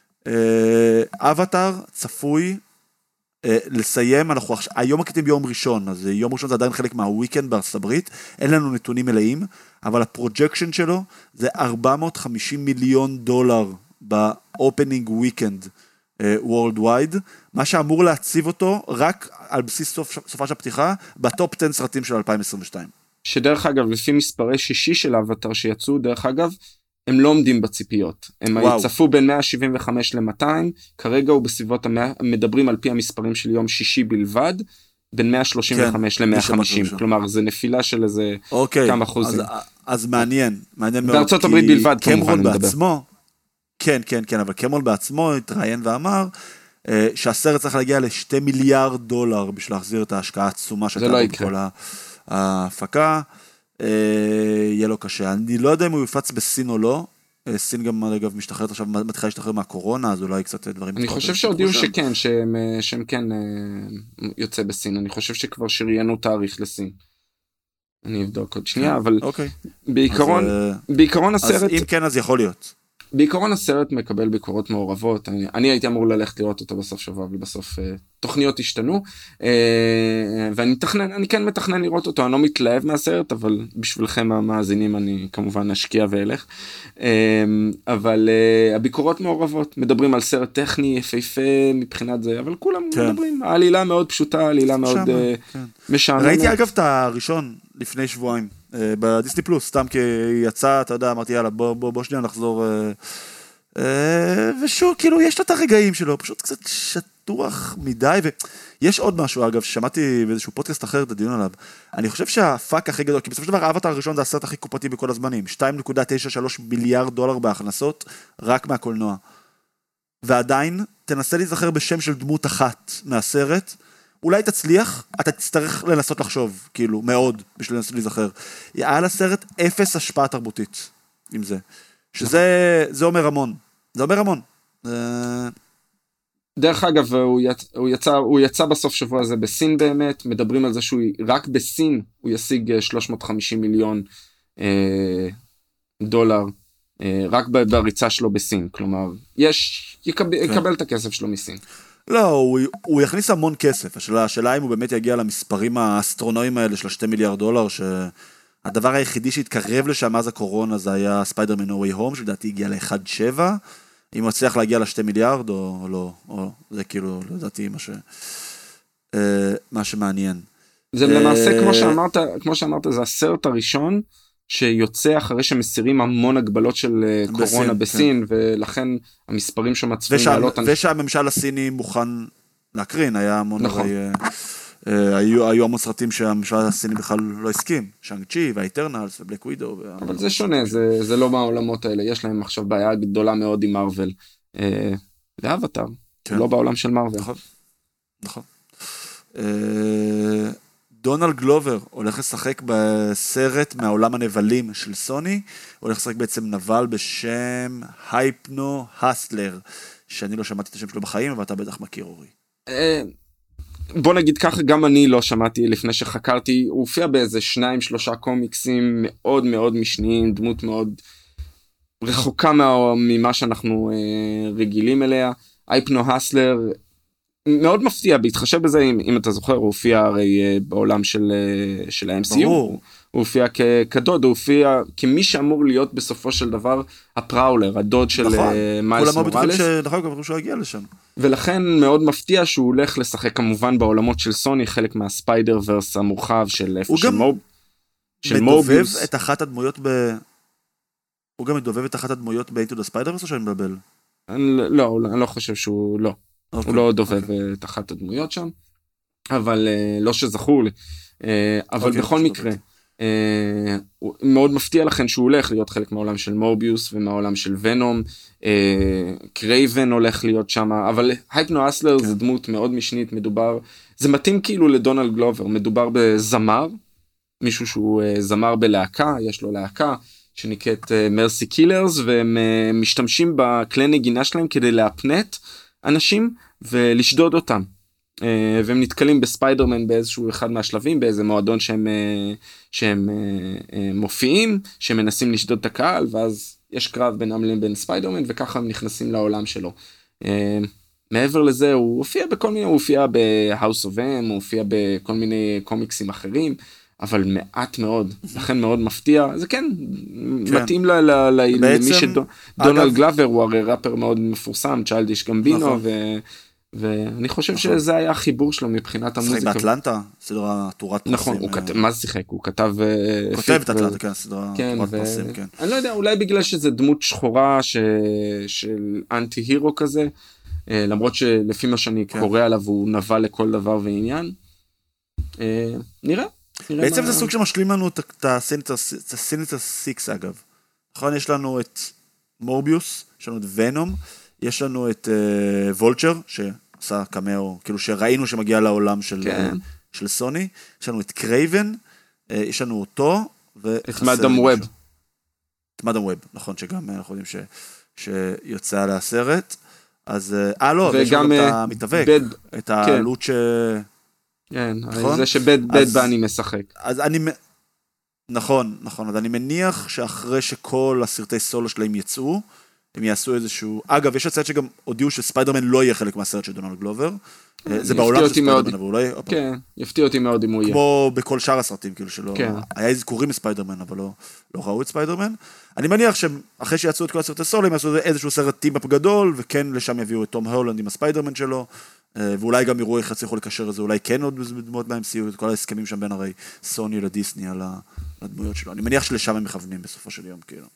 אבטר צפוי לסיים, היום מקליטים ביום ראשון, אז יום ראשון זה עדיין חלק מהוויקנד בארצות הברית, אין לנו נתונים מלאים, אבל הפרוג'קשן שלו זה $450 מיליון באופנינג וויקנד worldwide, מה שאמור להציב אותו רק על בסיס סופה של הפתיחה, בטופ 10 סרטים של 2022. שדרך אגב, לפי מספרי שישי של האבטר שיצאו, דרך אגב, הם לא עומדים בציפיות. הם צפו בין 175 ל-200, כרגע הוא בסביבות, מדברים על פי המספרים של יום שישי בלבד, בין 135 ל-150, כלומר, זה נפילה של איזה כמה אחוזים. אז מעניין מאוד. בארצות הברית בלבד, כמובן, בעצמו, כן, אבל קמרון בעצמו התראיין ואמר, שהסרט צריך להגיע $2 מיליארד בשביל להחזיר את ההשקעה העצומה שאתה בכל ההפקה, יהיה לו קשה. אני לא יודע אם הוא יפץ בסין או לא, סין גם אגב משתחררת עכשיו, מתחילה להשתחרר מהקורונה, אז אולי קצת דברים... אני חושב שהודיעו שכן, שהם כן יוצא בסין, אני חושב שכבר שריינו תאריך לסין. אני אבדוק עוד שנייה, אבל בעיקרון הסרט... אז אם כן, אז יכול להיות. בעיקרון הסרט מקבל ביקורות מעורבות, אני הייתי אמור ללכת לראות אותו בסוף שבוע, אבל בסוף תוכניות השתנו, ואני כן מתכנן לראות אותו, אני לא מתלהב מהסרט, אבל בשבילכם המאזינים אני כמובן אשקיע ואלך, אבל הביקורות מעורבות, מדברים על סרט טכני, יפהפה מבחינת זה, אבל כולם מדברים, העלילה מאוד פשוטה, העלילה מאוד משעממת. ראיתי אגב את הראשון לפני שבועיים, בדיסני פלוס, סתם כי יצא, אתה יודע, אמרתי, יאללה, בוא שנייה נחזור, ושוב, כאילו, יש לו את הרגעים שלו, פשוט קצת שטוח מדי, ויש עוד משהו, אגב, ששמעתי באיזשהו פודקאסט אחר את הדיון עליו, אני חושב שהפאק הכי גדול, כי בסופו של דבר, האבטר הראשון זה הסרט הכי קופתי בכל הזמנים, $2.93 מיליארד בהכנסות, רק מהקולנוע, ועדיין, תנסה להיזכר בשם של דמות אחת מהסרט, אולי תצליח, אתה תצטרך לנסות לחשוב, כאילו, מאוד, בשביל לנסות להיזכר. היה לסרט 0 השפעה תרבותית, עם זה. שזה אומר המון. זה אומר המון. דרך אגב, הוא יצא בסוף שבוע הזה בסין באמת, מדברים על זה שהוא רק בסין הוא ישיג 350 מיליון דולר, רק בריצה שלו בסין, כלומר, יקבל את הכסף שלו מסין. לא, הוא יכניס המון כסף, השאלה אם הוא באמת יגיע למספרים האסטרונומיים האלה של 2 מיליארד דולר, שהדבר היחידי שהתקרב לשם אז הקורונה זה היה ספיידרמן No Way Home, שלדעתי הגיע ל-1.7, אם הוא הצליח להגיע ל2 מיליארד או לא, או זה כאילו, לדעתי מה שמעניין. זה למעשה, כמו שאמרת, זה הסרט הראשון שיוצא אחרי שמסירים המון הגבלות של קורונה בסין, ולכן המספרים שמצפים לעלות. ושהממשל הסיני מוכן להקרין, היה המון, היו המון סרטים שהממשל הסיני בכלל לא הסכים, שאנג צ'י והאיטרנלס ובלק ווידו. אבל זה שונה, זה לא מהעולמות האלה, יש להם עכשיו בעיה גדולה מאוד עם מרוול, ואבטר, לא בעולם של מרוול. נכון. דונלד גלובר הולך לשחק בסרט מהעולם הנבלים של סוני, הולך לשחק בעצם נבל בשם הייפנו הסלר, שאני לא שמעתי את השם שלו בחיים, אבל אתה בטח מכיר, אורי. בוא נגיד ככה, גם אני לא שמעתי לפני שחקרתי, הוא הופיע באיזה 2-3 קומיקסים מאוד מאוד משניים, דמות מאוד רחוקה ממה שאנחנו רגילים אליה. הייפנו הסלר מאוד מפתיע, בהתחשב בזה, אם אתה זוכר, הוא הופיע הרי בעולם של ה-MCU, הוא הופיע כדוד, הוא הופיע כמי שאמור להיות בסופו של דבר הפראולר, הדוד של מיילס מוראלס. נכון, גם שהוא הגיע לשם. ולכן מאוד מפתיע שהוא הולך לשחק כמובן בעולמות של סוני, חלק מהספיידר ורס המורחב של איפה של מוביוס. הוא גם מדובב את אחת הדמויות ב-Into the Spider-Verse או שאני מבלבל? לא, אני לא חושב שהוא לא. הוא לא דובב את אחת הדמויות שם, אבל לא שזכור לי. אבל בכל מקרה, מאוד מפתיע לכן שהוא הולך להיות חלק מהעולם של מורביוס ומהעולם של ונום, קרייבן הולך להיות שם, אבל הייפנו אסלר זה דמות מאוד משנית, זה מתאים כאילו לדונלד גלובר, מדובר בזמר, מישהו שהוא זמר בלהקה, יש לו להקה, שנקראת מרסי קילרס, והם משתמשים בכלי נגינה שלהם כדי להפנט אנשים ולשדוד אותם. והם נתקלים בספיידרמן באיזשהו אחד מהשלבים, באיזה מועדון שהם מופיעים, שמנסים לשדוד את הקהל, ואז יש קרב בין ספיידרמן, וככה הם נכנסים לעולם שלו. מעבר לזה, הוא הופיע בכל מיני, הוא הופיע ב-House of M, הוא הופיע בכל מיני קומיקסים אחרים, אבל מעט מאוד, לכן מאוד מפתיע, זה כן, מתאים למי שדונלד גלאבר, הוא הרי ראפר מאוד מפורסם, צ'יילדיש גמבינו, ואני חושב שזה היה החיבור שלו מבחינת המוזיקה. שיחק באטלנטה, סדרה תורת פרסים. נכון, מה זה שיחק? הוא כתב את אטלנטה, כן, סדרה תורת פרסים, כן. אני לא יודע, אולי בגלל שזה דמות שחורה של אנטי הירו כזה, למרות שלפי מה שאני קורא עליו, הוא נבע לכל דבר ועניין. נראה. בעצם זה סוג שמשלים לנו את הסינטר סיקס אגב. נכון, יש לנו את מורביוס, יש לנו את ונום, יש לנו את וולצ'ר, שעשה קמאו, כאילו שראינו שמגיע לעולם של סוני, יש לנו את קרייבן, יש לנו אותו, את מאדם ווב. את מאדם ווב, נכון, שגם אנחנו יודעים שיוצא על הסרט, אז, לא, ויש לנו את המתאבק, את העלות כן, זה שבד בני משחק. אז נכון, אז אני מניח שאחרי שכל הסרטי סולו שלהם יצאו, הם יעשו איזשהו, אגב, יש הצעת שגם הודיעו שספיידרמן לא יהיה חלק מהסרט של דונלד גלובר, זה בעולם של ספיידרמן, אבל אולי, כן, יפתיע אותי מאוד אם הוא יהיה. כמו בכל שאר הסרטים, כאילו שלא, היה אזכורים מספיידרמן, אבל לא ראו את ספיידרמן. אני מניח שאחרי שיצאו את כל הסרטי סולו, הם יעשו איזשהו סרט טימאפ גדול, וכן לשם יביאו את תום הולנד עם הספיידרמן שלו, ואולי גם יראו איך יצליחו לקשר את זה, אולי כן עוד דמות מה-MCU, את כל ההסכמים שם בין הרי סוני לדיסני על הדמויות שלו. אני מניח שלשם הם מכוונים בסופו של יום, כאילו.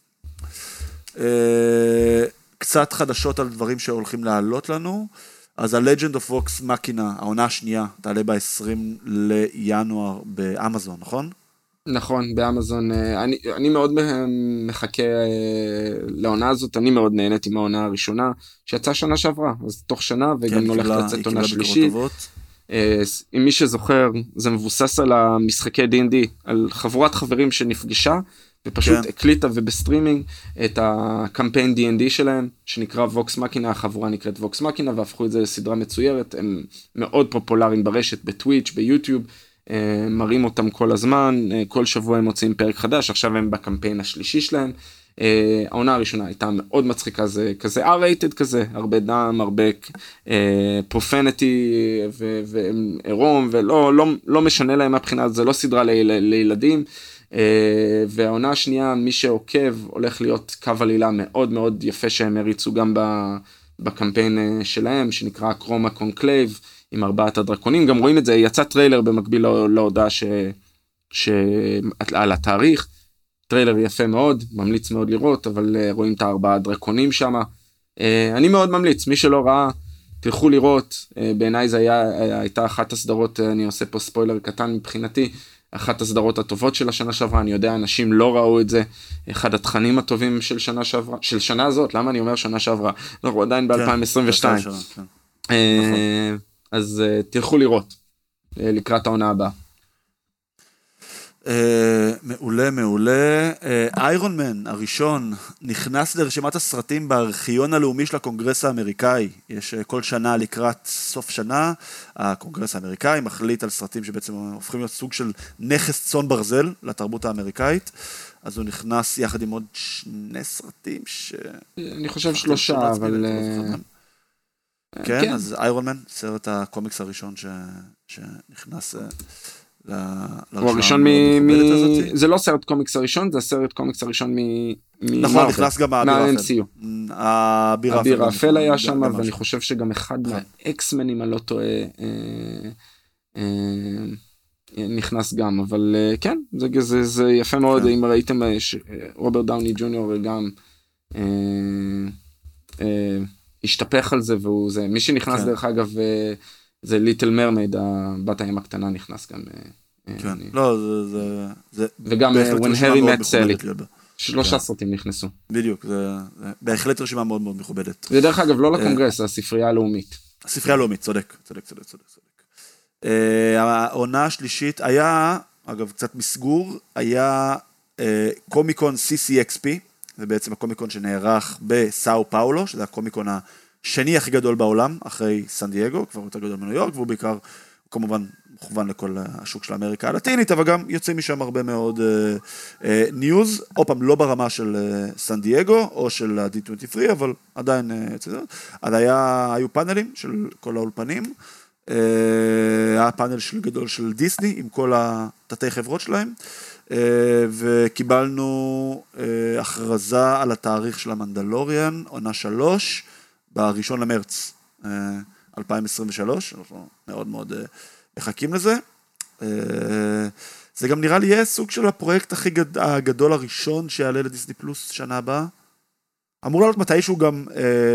קצת חדשות על דברים שהולכים לעלות לנו, אז ה-Legend of Vox Machina, העונה השנייה, תעלה ב-20 לינואר באמזון, נכון? נכון, באמזון. אני מאוד מחכה לעונה הזאת, אני מאוד נהנית עם העונה הראשונה, שיצאה שנה שעברה, אז תוך שנה, וגם הולכת לצאת עונה שלישית. אם מי שזוכר, זה מבוסס על המשחקי D&D, על חבורת חברים שנפגשה, ופשוט הקליטה ובסטרימינג את הקמפיין D&D שלהם, שנקרא ווקס מקינה, החבורה נקראת ווקס מקינה, והפכו את זה לסדרה מצוירת, הם מאוד פופולריים ברשת, בטוויץ', ביוטיוב, מראים אותם כל הזמן, כל שבוע הם מוצאים פרק חדש, עכשיו הם בקמפיין השלישי שלהם, העונה הראשונה הייתה מאוד מצחיקה, זה כזה R-rated כזה, הרבה דם, הרבה פרופניטי ועירום, ולא משנה להם מהבחינה, זה לא סדרה לילדים, והעונה השנייה, מי שעוקב, הולך להיות קו עלילה מאוד מאוד יפה שהם הריצו גם בקמפיין שלהם, שנקרא קרומה קונקלייב, עם 4 הדרקונים, גם רואים את זה, יצא טריילר במקביל להודעה על התאריך, טריילר יפה מאוד, ממליץ מאוד לראות, אבל רואים את 4 הדרקונים שם, אני מאוד ממליץ, מי שלא ראה, תלכו לראות, בעיניי זה הייתה אחת הסדרות, אני עושה פה ספוילר קטן מבחינתי, אחת הסדרות הטובות של השנה שעברה, אני יודע, אנשים לא ראו את זה, אחד התכנים הטובים של שנה שעברה, של שנה הזאת, למה אני אומר שנה שעברה? אנחנו עדיין ב-2022. אז תלכו לראות, לקראת העונה הבאה. מעולה, מעולה. איירון מן הראשון נכנס לרשימת הסרטים בארכיון הלאומי של הקונגרס האמריקאי. יש כל שנה לקראת סוף שנה, הקונגרס האמריקאי מחליט על סרטים שבעצם הופכים להיות סוג של נכס צאן ברזל לתרבות האמריקאית. אז הוא נכנס יחד עם עוד 2 סרטים אני חושב 3, אבל... כן, אז איירון מן, סרט הקומיקס הראשון שנכנס... הוא הראשון זה לא סרט קומיקס הראשון, זה הסרט קומיקס הראשון נכון, נכנס גם מה-MCU. האביר האפל היה שם, ואני חושב שגם אחד מהאקסמן, אם אני לא טועה, נכנס גם, אבל כן, זה יפה מאוד, אם ראיתם, רוברט דאוני ג'וניור גם השתפך על זה, מי שנכנס דרך אגב, זה ליטל מרמייד, בת הים הקטנה נכנס גם. כן, לא, זה... וגם When Harry Met Sally. 3 סרטים נכנסו. בדיוק, זה בהחלט רשימה מאוד מאוד מכובדת. ודרך אגב, לא לקונגרס, זה הספרייה הלאומית. הספרייה הלאומית, צודק. העונה השלישית היה, אגב, קצת מסגור, היה קומיקון CCXP, זה בעצם הקומיקון שנערך בסאו פאולו, שזה הקומיקון השני הכי גדול בעולם, אחרי סן דייגו, כבר יותר גדול מניו יורק, והוא בעיקר, כמובן, מוכוון לכל השוק של אמריקה הלטינית, אבל גם יוצא משם הרבה מאוד ניוז, או פעם לא ברמה של סן דייגו, או של D23, אבל עדיין יוצא זה. אז היו פאנלים של כל האולפנים, היה פאנל גדול של דיסני, עם כל התתי חברות שלהם, וקיבלנו הכרזה על התאריך של המנדלוריאן, עונה 3, ב1 למרץ 2023, אנחנו מאוד מאוד מחכים לזה. זה גם נראה לי יהיה סוג של הפרויקט הכי הגדול הראשון שיעלה לדיסני פלוס שנה הבאה. אמור לעלות מתישהו גם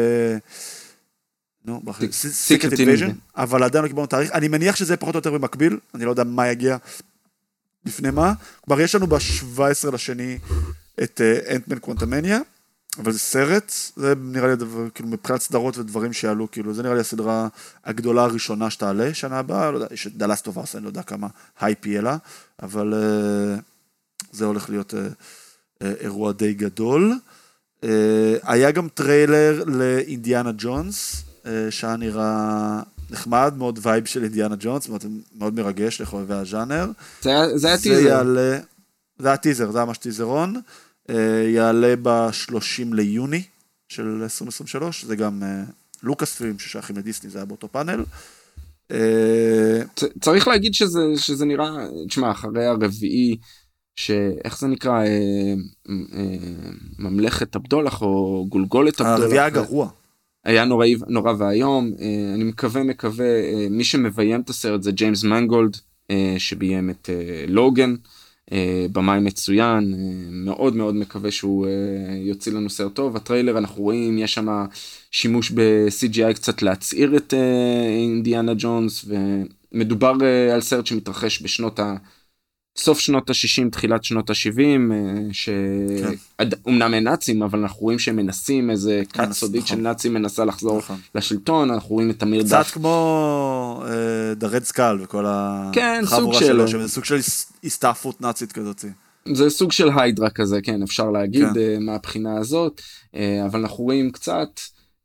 Secret Invasion, אבל עדיין לא קיבלנו תאריך. אני מניח שזה פחות או יותר במקביל, אני לא יודע מה יגיע לפני מה. כבר יש לנו ב-17 לשני את אנטמן קוונטמניה, אבל זה סרט, זה נראה לי דבר, כאילו מבחינת סדרות ודברים שעלו, כאילו זה נראה לי הסדרה הגדולה הראשונה שתעלה שנה הבאה, לא יודע, יש את דלאסט אוף אס, אני לא יודע כמה הייפ יהיה לה, אבל זה הולך להיות אירוע די גדול. היה גם טריילר לאינדיאנה ג'ונס, שהיה נראה נחמד, מאוד וייב של אינדיאנה ג'ונס, מאוד מרגש לחובבי הז'אנר. זה היה טיזר. זה היה טיזר, זה היה ממש טיזרון. יעלה ב-30 ליוני של 2023, זה גם לוקאס פילם ששייכים לדיסני, זה היה באותו פאנל. צריך להגיד שזה נראה, תשמע, אחרי הרביעי, איך זה נקרא, ממלכת אבדולח או גולגולת אבדולח. הרביעי הגרוע. היה נורא והיום, אני מקווה, מי שמביים את הסרט זה ג'יימס מנגולד, שביים את לוגן, במאי מצוין, מאוד מאוד מקווה שהוא יוציא לנו סרט טוב. הטריילר אנחנו רואים, יש שם שימוש ב-CGI קצת להצעיר את אינדיאנה ג'ונס, ומדובר על סרט שמתרחש סוף שנות ה-60, תחילת שנות ה-70, שאומנם אין נאצים, אבל אנחנו רואים שהם מנסים, איזה כת סודית של נאצים מנסה לחזור לשלטון, אנחנו רואים את אמיר דף. קצת כמו The Red Skull וכל החבורה שלו, שזה סוג של הסתעפות נאצית כזאת. זה סוג של היידרה כזה, כן, אפשר להגיד מהבחינה הזאת, אבל אנחנו רואים קצת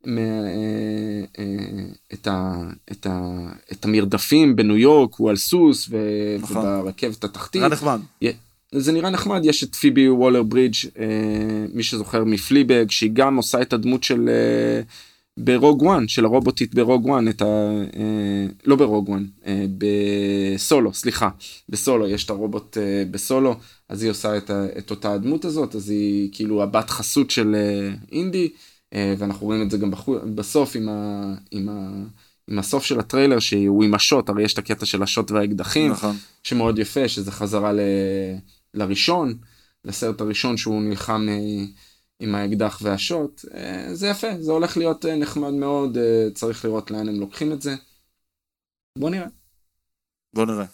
את המרדפים בניו יורק, הוא על סוס, וברכבת התחתית. נראה נחמד. זה נראה נחמד, יש את פיבי וולר ברידג', מי שזוכר מפליבג, שהיא גם עושה את הדמות של ברוג וואן, של הרובוטית ברוג וואן, לא ברוג וואן, בסולו, סליחה, בסולו, יש את הרובוט בסולו, אז היא עושה את אותה הדמות הזאת, אז היא כאילו הבת חסות של אינדי, ואנחנו רואים את זה גם בסוף עם הסוף של הטריילר, שהוא עם השוט, הרי יש את הקטע של השוט והאקדחים, נכון. שמאוד יפה, שזה חזרה לראשון, לסרט הראשון שהוא נלחם עם האקדח והשוט, זה יפה, זה הולך להיות נחמד מאוד, צריך לראות לאן הם לוקחים את זה. בוא נראה. בוא נראה.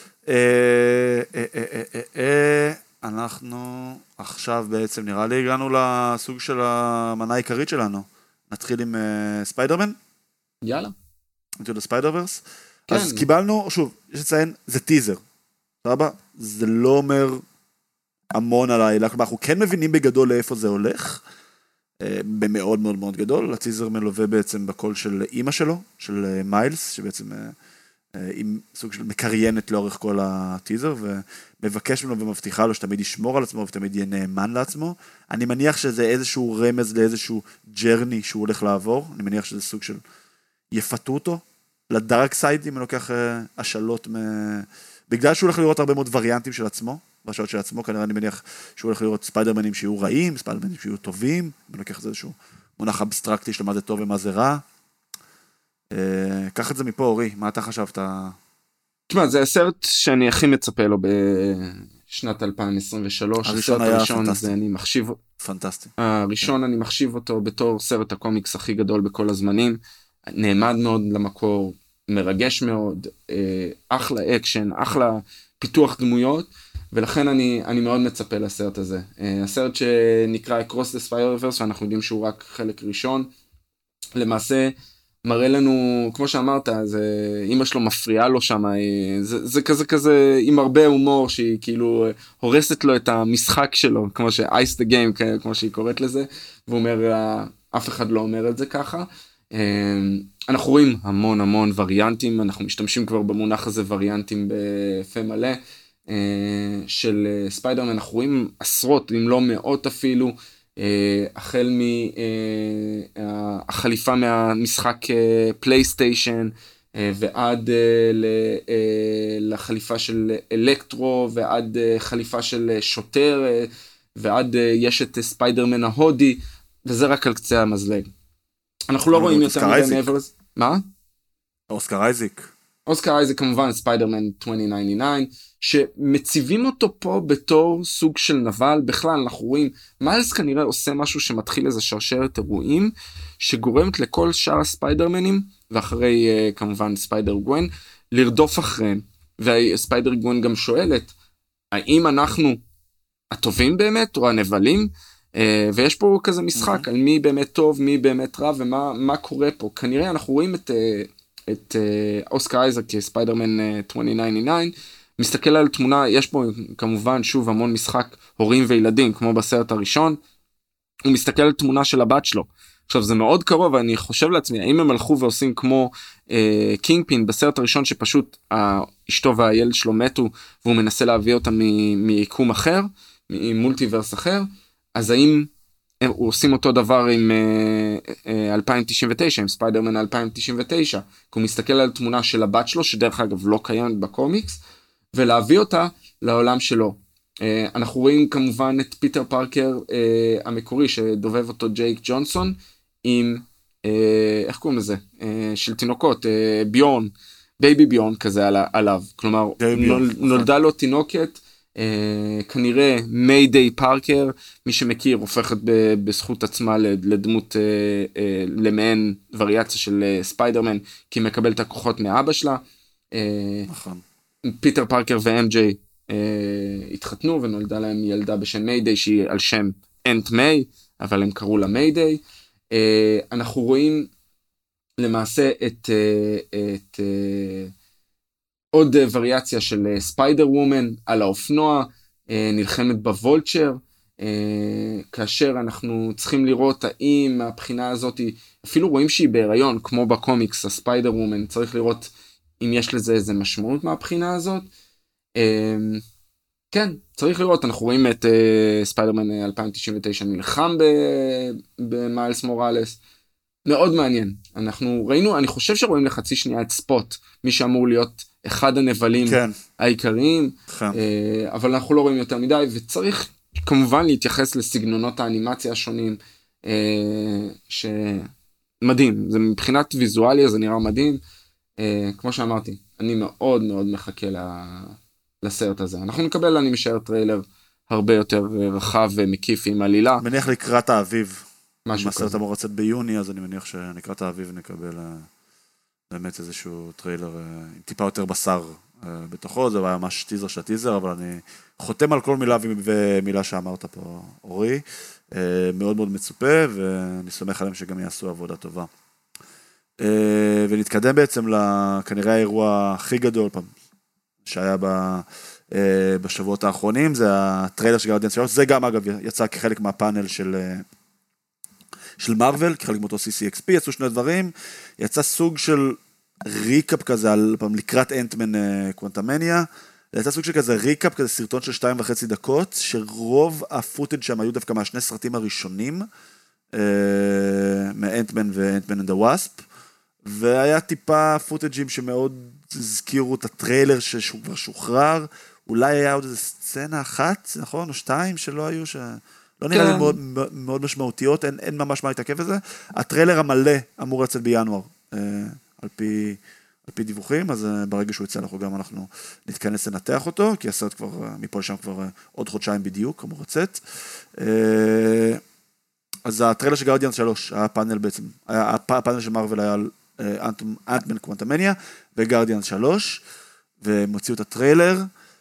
אנחנו עכשיו בעצם נראה לי הגענו לסוג של המנה העיקרית שלנו. נתחיל עם ספיידרמן. יאללה. נתחיל לספיידרברס. כן. אז קיבלנו, שוב, יש לציין, זה טיזר. סבבה? זה לא אומר המון עליי, אנחנו כן מבינים בגדול לאיפה זה הולך, במאוד מאוד מאוד גדול. הטיזר מלווה בעצם בקול של אמא שלו, של מיילס, שבעצם עם סוג של מקריינת לאורך כל הטיזר, ומבקש ממנו ומבטיחה לו שתמיד ישמור על עצמו, ותמיד יהיה נאמן לעצמו. אני מניח שזה איזשהו רמז לאיזשהו ג'רני שהוא הולך לעבור, אני מניח שזה סוג של יפתו אותו, לדארק סייד, אם אני לוקח השאלות, בגלל שהוא הולך לראות הרבה מאוד וריאנטים של עצמו, בשעות של עצמו, כנראה אני מניח שהוא הולך לראות ספיידרמנים שיהיו רעים, ספיידרמנים שיהיו טובים, אני לוקח את זה איזשהו מונח אבסטרקטי של מה זה טוב ומה זה רע. קח את זה מפה, אורי, מה אתה חשבת? תשמע, זה הסרט שאני הכי מצפה לו בשנת 2023. הראשון היה פנטסטי. אני מחשיב... פנטסטי. הראשון אני מחשיב אותו בתור סרט הקומיקס הכי גדול בכל הזמנים, נעמד מאוד למקור, מרגש מאוד, אחלה אקשן, אחלה פיתוח דמויות, ולכן אני מאוד מצפה לסרט הזה. הסרט שנקרא Across the Spider-Verse, ואנחנו יודעים שהוא רק חלק ראשון, למעשה מראה לנו, כמו שאמרת, אמא שלו מפריעה לו שם, זה כזה עם הרבה הומור, שהיא כאילו הורסת לו את המשחק שלו, כמו ש-ice the game, כמו שהיא קוראת לזה, והוא אומר, אף אחד לא אומר את זה ככה. אנחנו רואים המון וריאנטים, אנחנו משתמשים כבר במונח הזה וריאנטים בפה מלא, של ספיידרמן, אנחנו רואים עשרות, אם לא מאות אפילו, החל מהחליפה מהמשחק פלייסטיישן, ועד לחליפה של אלקטרו, ועד חליפה של שוטר, ועד יש את ספיידרמן ההודי, וזה רק על קצה המזלג. אנחנו לא רואים יותר מדי מעבר לזה. מה? אוסקר אייזק. אוסקר אייזק כמובן, ספיידרמן 2099, שמציבים אותו פה בתור סוג של נבל. בכלל אנחנו רואים, מיילס כנראה עושה משהו שמתחיל איזה שרשרת אירועים, שגורמת לכל שאר הספיידרמנים, ואחרי כמובן ספיידר גווין, לרדוף אחריהם. וספיידר גווין גם שואלת, האם אנחנו הטובים באמת, או הנבלים? ויש פה כזה משחק על מי באמת טוב, מי באמת רע, ומה קורה פה. כנראה אנחנו רואים את אוסקר אייזק כספיידרמן 2099, מסתכל על תמונה, יש פה כמובן שוב המון משחק הורים וילדים, כמו בסרט הראשון, הוא מסתכל על תמונה של הבת שלו. עכשיו זה מאוד קרוב, ואני חושב לעצמי, האם הם הלכו ועושים כמו קינג פין בסרט הראשון, שפשוט אשתו והילד שלו מתו, והוא מנסה להביא אותם מיקום אחר, ממולטיברס אחר, אז האם הוא עושים אותו דבר עם 2099, עם ספיידרמן 2099, כי הוא מסתכל על תמונה של הבת שלו, שדרך אגב לא קיימת בקומיקס, ולהביא אותה לעולם שלו. אנחנו רואים כמובן את פיטר פארקר המקורי, שדובב אותו ג'ייק ג'ונסון, עם, איך קוראים לזה? של תינוקות, ביורן, בייבי ביורן כזה עליו. כלומר, נולדה לו תינוקת, כנראה מיידיי פארקר, מי שמכיר, הופכת בזכות עצמה לדמות, למעין וריאציה של ספיידרמן, כי היא מקבלת הכוחות מאבא שלה. נכון. פיטר פארקר ו-MJ התחתנו, ונולדה להם ילדה בשם מיידיי, שהיא על שם אנט מיי, אבל הם קראו לה מיידיי. אנחנו רואים למעשה את עוד וריאציה של ספיידר וומן על האופנוע, נלחמת בוולצ'ר, כאשר אנחנו צריכים לראות האם מהבחינה הזאת, אפילו רואים שהיא בהיריון, כמו בקומיקס, הספיידר וומן, צריך לראות אם יש לזה איזה משמעות מהבחינה הזאת. כן, צריך לראות, אנחנו רואים את ספיידרמן 2099 נלחם במיילס מוראלס, מאוד מעניין. אנחנו ראינו, אני חושב שרואים לחצי שנייה את ספוט, מי שאמור להיות אחד הנבלים העיקריים, אבל אנחנו לא רואים יותר מדי, וצריך כמובן להתייחס לסגנונות האנימציה השונים, שמדהים, זה מבחינת ויזואליה זה נראה מדהים, כמו שאמרתי, אני מאוד מאוד מחכה לסרט הזה. אנחנו נקבל, אני משער, טריילר הרבה יותר רחב ומקיף עם עלילה. מניח לקראת האביב. משהו הסרט כזה. אמור לצאת ביוני, אז אני מניח שנקראת האביב נקבל באמת איזשהו טריילר עם טיפה יותר בשר בתוכו, זה היה ממש טיזר של הטיזר, אבל אני חותם על כל מילה ומילה שאמרת פה, אורי, מאוד מאוד מצופה, ואני סומך עליהם שגם יעשו עבודה טובה. ונתקדם בעצם כנראה האירוע הכי גדול פעם, שהיה בשבועות האחרונים, זה הטריילר של גארדיאנס 3, זה גם אגב יצא כחלק מהפאנל של מרוול, כחלק מאותו CCXP, יצאו שני דברים, יצא סוג של ריקאפ כזה, לקראת אנטמן קוונטמניה, יצא סוג של כזה ריקאפ, כזה סרטון של 2.5 דקות, שרוב הפוטאג' שם היו דווקא מהשני סרטים הראשונים, מאנטמן ואנטמן and the Wasp, והיה טיפה פוטאג'ים שמאוד הזכירו את הטריילר שהוא כבר שוחרר, אולי היה עוד איזה סצנה אחת, נכון? או שתיים שלא היו, לא נראה לי מאוד משמעותיות, אין ממש מה להתעכב בזה. הטריילר המלא אמור לצאת בינואר, על פי דיווחים, אז ברגע שהוא יצא אנחנו נתכנס לנתח אותו, כי הסרט כבר, מפה לשם כבר עוד חודשיים בדיוק, אמור לצאת. אז הטריילר של גארדיאנס 3, הפאנל בעצם, הפאנל של מרוול היה על אנטמן קוונטמניה, וגארדיאנס 3, והם הוציאו את הטריילר.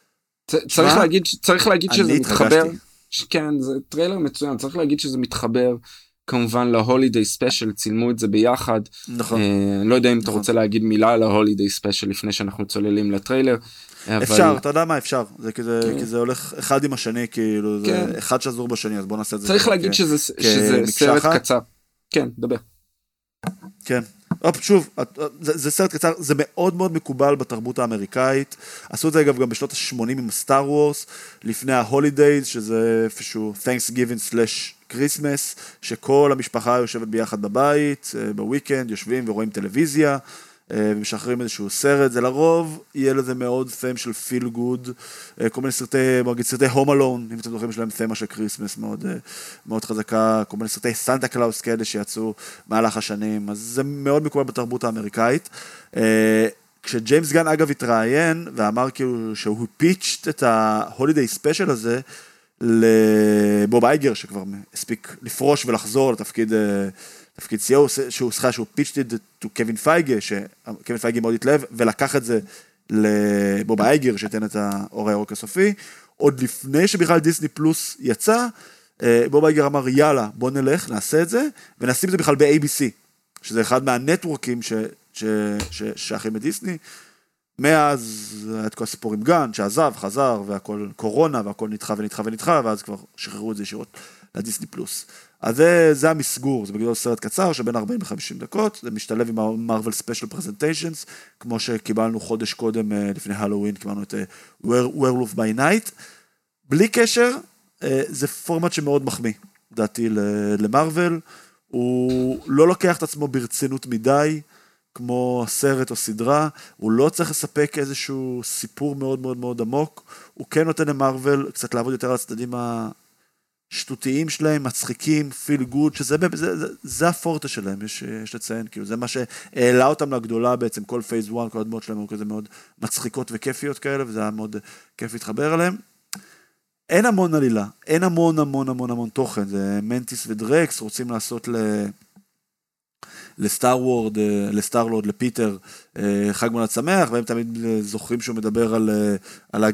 צריך להגיד שזה מתחבר, כן, זה טריילר מצוין, צריך להגיד שזה מתחבר, כמובן להולידיי ספיישל, צילמו את זה ביחד. נכון. אני לא יודע אם אתה רוצה להגיד מילה על ההולידיי ספיישל, לפני שאנחנו צוללים לטריילר. אפשר, אתה יודע מה אפשר, כי זה הולך אחד עם השני, כאילו, זה אחד שזור בשני, אז בוא נעשה את זה. צריך להגיד שזה סרט קצר. כן, דבר. כן. שוב, זה סרט קצר, זה מאוד מאוד מקובל בתרבות האמריקאית, עשו את זה אגב גם בשנות ה-80 עם סטאר וורס, לפני ההולידייז, שזה איפשהו Thanksgiving/Christmas, שכל המשפחה יושבת ביחד בבית, בוויקנד, יושבים ורואים טלוויזיה, ומשחררים איזשהו סרט, זה לרוב יהיה לזה מאוד ת'ם של פיל גוד, כל מיני סרטי הום אלון, אם אתם זוכרים, יש להם ת'מה של קריסמס מאוד, מאוד חזקה, כל מיני סרטי סנטה קלאוס כאלה שיצאו מהלך השנים, אז זה מאוד מקובל בתרבות האמריקאית. כשג'יימס גן אגב התראיין, ואמר כאילו שהוא פיצ'ט את ההולידיי ספיישל הזה, לבוב אייגר, שכבר הספיק לפרוש ולחזור לתפקיד CEO, שהוא פיצ'ט to קווין פייגה, שקווין פייגה מאוד התלהב, ולקח את זה לבוב אייגר, שתן את האור הירוק הסופי, עוד לפני שבכלל דיסני פלוס יצא, בוב אייגר אמר, יאללה, בוא נלך, נעשה את זה, ונשים את זה בכלל ב-ABC, שזה אחד מהנטוורקים ששייכים לדיסני, מאז היה את כל הסיפור עם גן, שעזב, חזר, והכל קורונה, והכל נדחה, ואז כבר שחררו את זה ישירות לדיסני פלוס. אז זה המסגור, זה בגלל סרט קצר, שבין 40 ל-50 דקות, זה משתלב עם ה-Marvel Special Presentations, כמו שקיבלנו חודש קודם, לפני הלואוין, קיבלנו את Werewolf by Night. בלי קשר, זה פורמט שמאוד מחמיא, דעתי, למרוול, הוא לא לוקח את עצמו ברצינות מדי, כמו סרט או סדרה, הוא לא צריך לספק איזשהו סיפור מאוד מאוד מאוד עמוק, הוא כן נותן למרוול קצת לעבוד יותר על הצדדים השטותיים שלהם, מצחיקים, פיל גוד, שזה הפורטה שלהם, יש לציין, כאילו, זה מה שהעלה אותם לגדולה בעצם, כל פייס 1, כל הדמות שלהם, הוא כזה מאוד מצחיקות וכיפיות כאלה, וזה היה מאוד כיף להתחבר עליהם. אין המון עלילה, אין המון תוכן, זה מנטיס ודרקס, רוצים לעשות לסטאר-לורד, לפיטר, חג מולד שמח, והם תמיד זוכרים שהוא מדבר על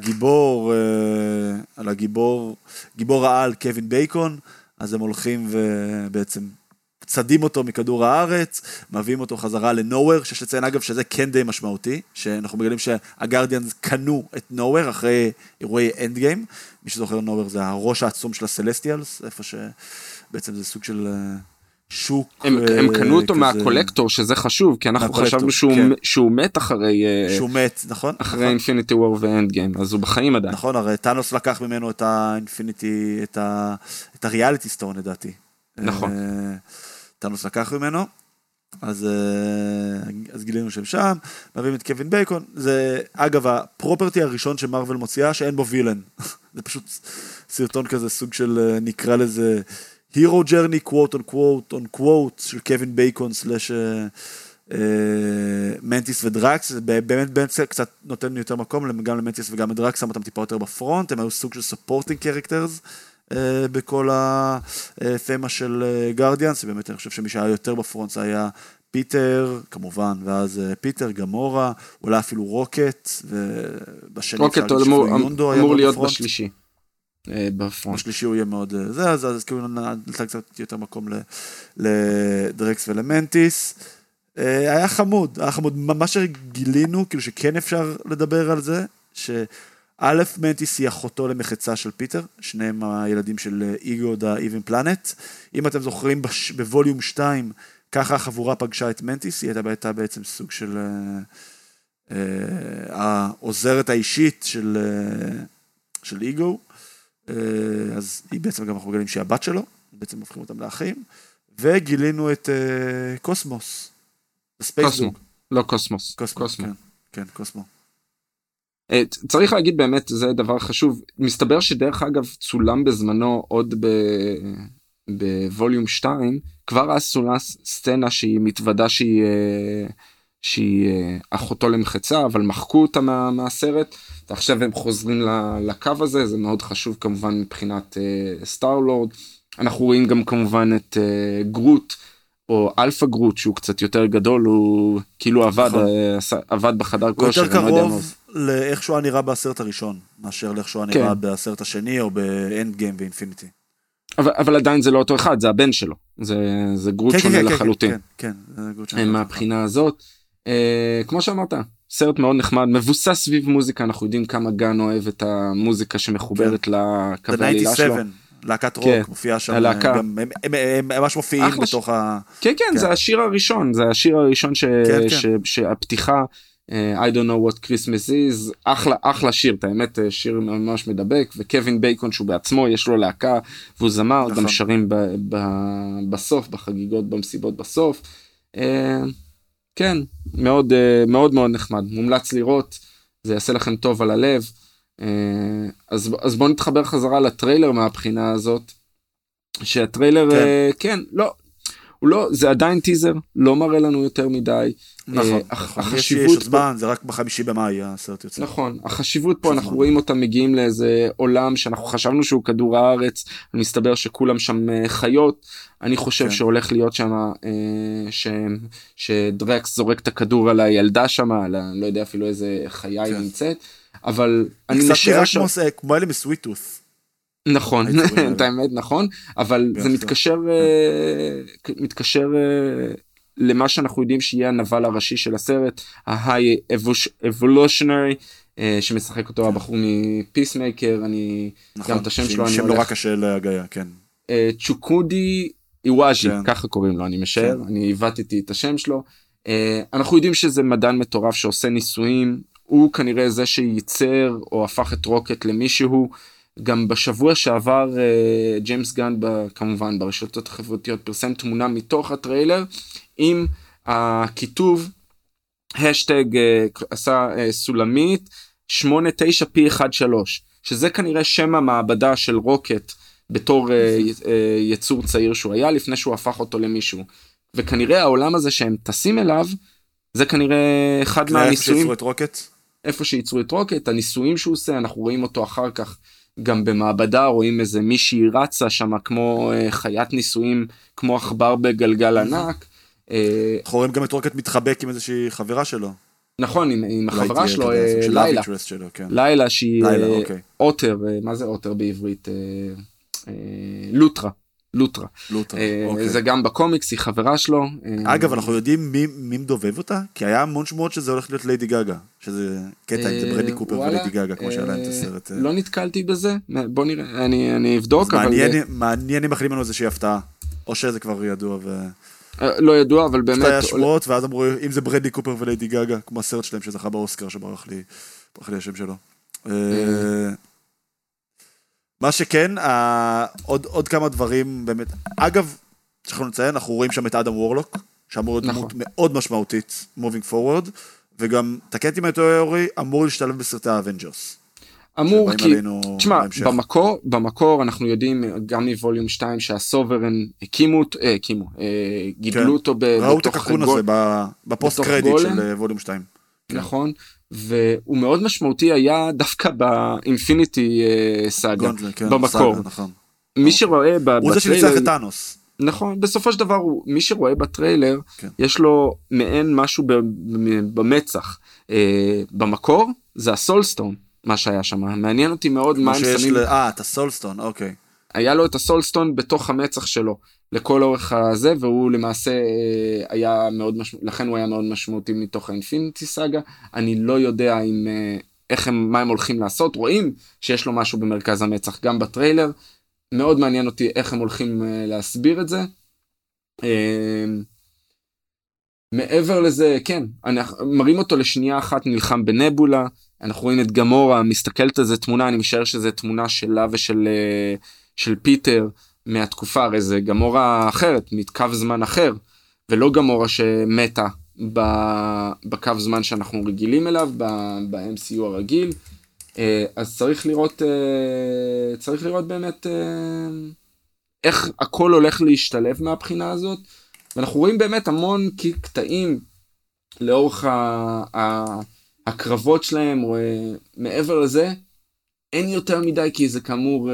גיבור העל, קווין בייקון, אז הם הולכים ובעצם צדים אותו מכדור הארץ, מביאים אותו חזרה לנוואר, שיש לציין אגב שזה כן די משמעותי, שאנחנו מגלים שהגארדיאנס קנו את נוואר אחרי אירועי אנד גיים, מי שזוכר נוואר זה הראש העצום של הסלסטיאלס, איפה שבעצם זה סוג של שוק. הם קנו אותו מהקולקטור, שזה חשוב, כי אנחנו חשבנו שהוא מת אחרי... שהוא מת, נכון? אחרי אינפיניטי וור ואנד גיים, אז הוא בחיים עדיין. נכון, הרי טאנוס לקח ממנו את האינפיניטי, את הריאליטי סטון, לדעתי. נכון. טאנוס לקח ממנו, אז גילינו שהם שם, מביאים את קווין בייקון, זה אגב הפרופרטי הראשון שמרוול מוציאה, שאין בו וילן. זה פשוט סרטון כזה, סוג של נקרא לזה... Hero Journey, quote on quote, on quote, של קווין בייקון סלש מנטיס ודרקס, באמת קצת נותן יותר מקום, גם למנטיס וגם לדרקס, שם אותם טיפה יותר בפרונט, הם היו סוג של supporting characters, בכל התמה של גארדיאנס, באמת אני חושב שמי שהיה יותר בפרונט זה היה פיטר, כמובן, ואז פיטר, גמורה, אולי אפילו רוקט, ובשני רוקט אמור להיות בשלישי. בשלישי הוא יהיה מאוד זה, אז כאילו נתן קצת יותר מקום לדרקס ולמנטיס. היה חמוד, מה שגילינו, כאילו שכן אפשר לדבר על זה, שא' מנטיס היא אחותו למחצה של פיטר, שניהם הילדים של איגו, ה-Even Planet. אם אתם זוכרים בווליום 2, ככה החבורה פגשה את מנטיס, היא הייתה בעצם סוג של העוזרת האישית של איגו, אז היא בעצם גם אנחנו מגלים שהיא הבת שלו, בעצם הופכים אותם לאחים, וגילינו את קוסמוס. קוסמו, לא קוסמוס. קוסמו. כן, קוסמו. צריך להגיד באמת, זה דבר חשוב, מסתבר שדרך אגב צולם בזמנו עוד בווליום 2, כבר אז צולה סצנה שהיא מתוודה שהיא אחותו למחצה, אבל מחקו אותה מהסרט, ועכשיו הם חוזרים לקו הזה, זה מאוד חשוב כמובן מבחינת סטאר-לורד, אנחנו רואים גם כמובן את גרוט, או אלפא גרוט, שהוא קצת יותר גדול, הוא כאילו עבד בחדר כושר. הוא יותר קרוב לאיך שהוא נראה בסרט הראשון, מאשר לאיך שהוא נראה בסרט השני, או באנד גיים ואינפיניטי. אבל עדיין זה לא אותו אחד, זה הבן שלו, זה גרוט שונה לחלוטין. כן, זה גרוט שונה. מהבחינה הזאת, כמו שאמרת, סרט מאוד נחמד, מבוסס סביב מוזיקה, אנחנו יודעים כמה גן אוהב את המוזיקה שמחוברת לקווי העלילה שלו. להקת רוק, מופיעה שם, הם ממש מופיעים בתוך ה... כן, זה השיר הראשון, זה השיר הראשון שהפתיחה, I don't know what Christmas is, אחלה שיר, האמת שיר ממש מדבק, וקווין בייקון שהוא בעצמו, יש לו להקה, והוא זמר, גם שרים בסוף, בחגיגות, במסיבות בסוף, כן, מאוד מאוד מאוד נחמד, מומלץ לראות, זה יעשה לכם טוב על הלב, אז בואו נתחבר חזרה לטריילר מהבחינה הזאת, שהטריילר, כן, לא, זה עדיין טיזר, לא מראה לנו יותר מדי. נכון, יש זמן, זה רק ב5 במאי הסרט יוצא. נכון, החשיבות פה, אנחנו רואים אותם מגיעים לאיזה עולם שאנחנו חשבנו שהוא כדור הארץ, מסתבר שכולם שם חיות, אני חושב שהולך להיות שם, שדרקס זורק את הכדור על הילדה שם, לא יודע אפילו איזה חיה היא נמצאת, אבל אני משער שם... כמו אלה מסוויטוס. נכון, את האמת נכון, אבל זה מתקשר למה שאנחנו יודעים שיהיה הנבל הראשי של הסרט, ה-High Evolutionary, שמשחק אותו הבחור מפיסמייקר, אני גם את השם שלו, שם נורא קשה להגיע, כן. צ'וקודי איוואז'י, ככה קוראים לו, אני משער, אני הבטתי את השם שלו, אנחנו יודעים שזה מדען מטורף שעושה ניסויים, הוא כנראה זה שייצר או הפך את רוקט למישהו, גם בשבוע שעבר ג'יימס גן כמובן ברשתות החברתיות פרסם תמונה מתוך הטריילר עם הכיתוב השטג עשה סולמית 89P13 שזה כנראה שם המעבדה של רוקט בתור יצור צעיר שהוא היה לפני שהוא הפך אותו למישהו וכנראה העולם הזה שהם טסים אליו זה כנראה אחד מהניסויים איפה שייצרו את רוקט הניסויים שהוא עושה אנחנו רואים אותו אחר כך גם במעבדה רואים איזה מישהי רצה שם כמו חיית ניסויים, כמו עכבר בגלגל ענק. אנחנו רואים גם את רוקט מתחבק עם איזושהי חברה שלו. נכון, עם החברה שלו, לילה. לילה שהיא אוטר, מה זה אוטר בעברית? לוטרה. לוטרה. אוקיי. זה גם בקומיקס, היא חברה שלו. אגב, אנחנו יודעים מי מדובב אותה? כי היה המון שמועות שזה הולך להיות ליידי גגה, שזה קטע אם זה ברדלי קופר וליידי גגה, כמו שהיה להם את הסרט. לא נתקלתי בזה, בוא נראה, אני אבדוק, אבל... מעניין אם מחלים לנו איזושהי הפתעה, או שזה כבר ידוע לא ידוע, אבל באמת... היה שמועות, ואז אמרו, אם זה ברדלי קופר וליידי גגה, כמו הסרט שלהם שזכה באוסקר, שברח לי השם שלו. מה שכן, עוד כמה דברים באמת, אגב, צריכים לציין, אנחנו רואים שם את אדם וורלוק, שאמור להיות דמות מאוד משמעותית, moving forward, וגם, תקנתי מהתיאורי, אמור להשתלב בסרטי האבנג'רס. אמור, כי, תשמע, במקור אנחנו יודעים, גם מווליום 2, שהסוברן גידלו אותו ראו את הקקון הזה, בפוסט קרדיט של ווליום 2. נכון, והוא מאוד משמעותי היה דווקא באינפיניטי סאגה, במקור. מי שרואה הוא זה שניצח את טאנוס. נכון, בסופו של דבר, מי שרואה בטריילר, יש לו מעין משהו במצח. במקור, זה הסולסטון, מה שהיה שם. מעניין אותי מאוד מה הם שמים. את הסולסטון, אוקיי. היה לו את הסולסטון בתוך המצח שלו, לכל אורך הזה, והוא למעשה היה מאוד לכן הוא היה מאוד משמעותי מתוך האינפיניטי סאגה. אני לא יודע מה הם הולכים לעשות. רואים שיש לו משהו במרכז המצח, גם בטריילר. מאוד מעניין אותי איך הם הולכים להסביר את זה. מעבר לזה, כן, מראים אותו לשנייה אחת, נלחם בנבולה, אנחנו רואים את גמורה, מסתכלת על זה תמונה, אני משער שזה תמונה שלה של פיטר מהתקופה, הרי זה גמורה אחרת, מקו זמן אחר, ולא גמורה שמתה בקו זמן שאנחנו רגילים אליו, ב-MCU הרגיל. אז צריך לראות באמת איך הכל הולך להשתלב מהבחינה הזאת, ואנחנו רואים באמת המון קטעים לאורך הקרבות שלהם, או מעבר לזה, אין יותר מדי, כי זה כאמור,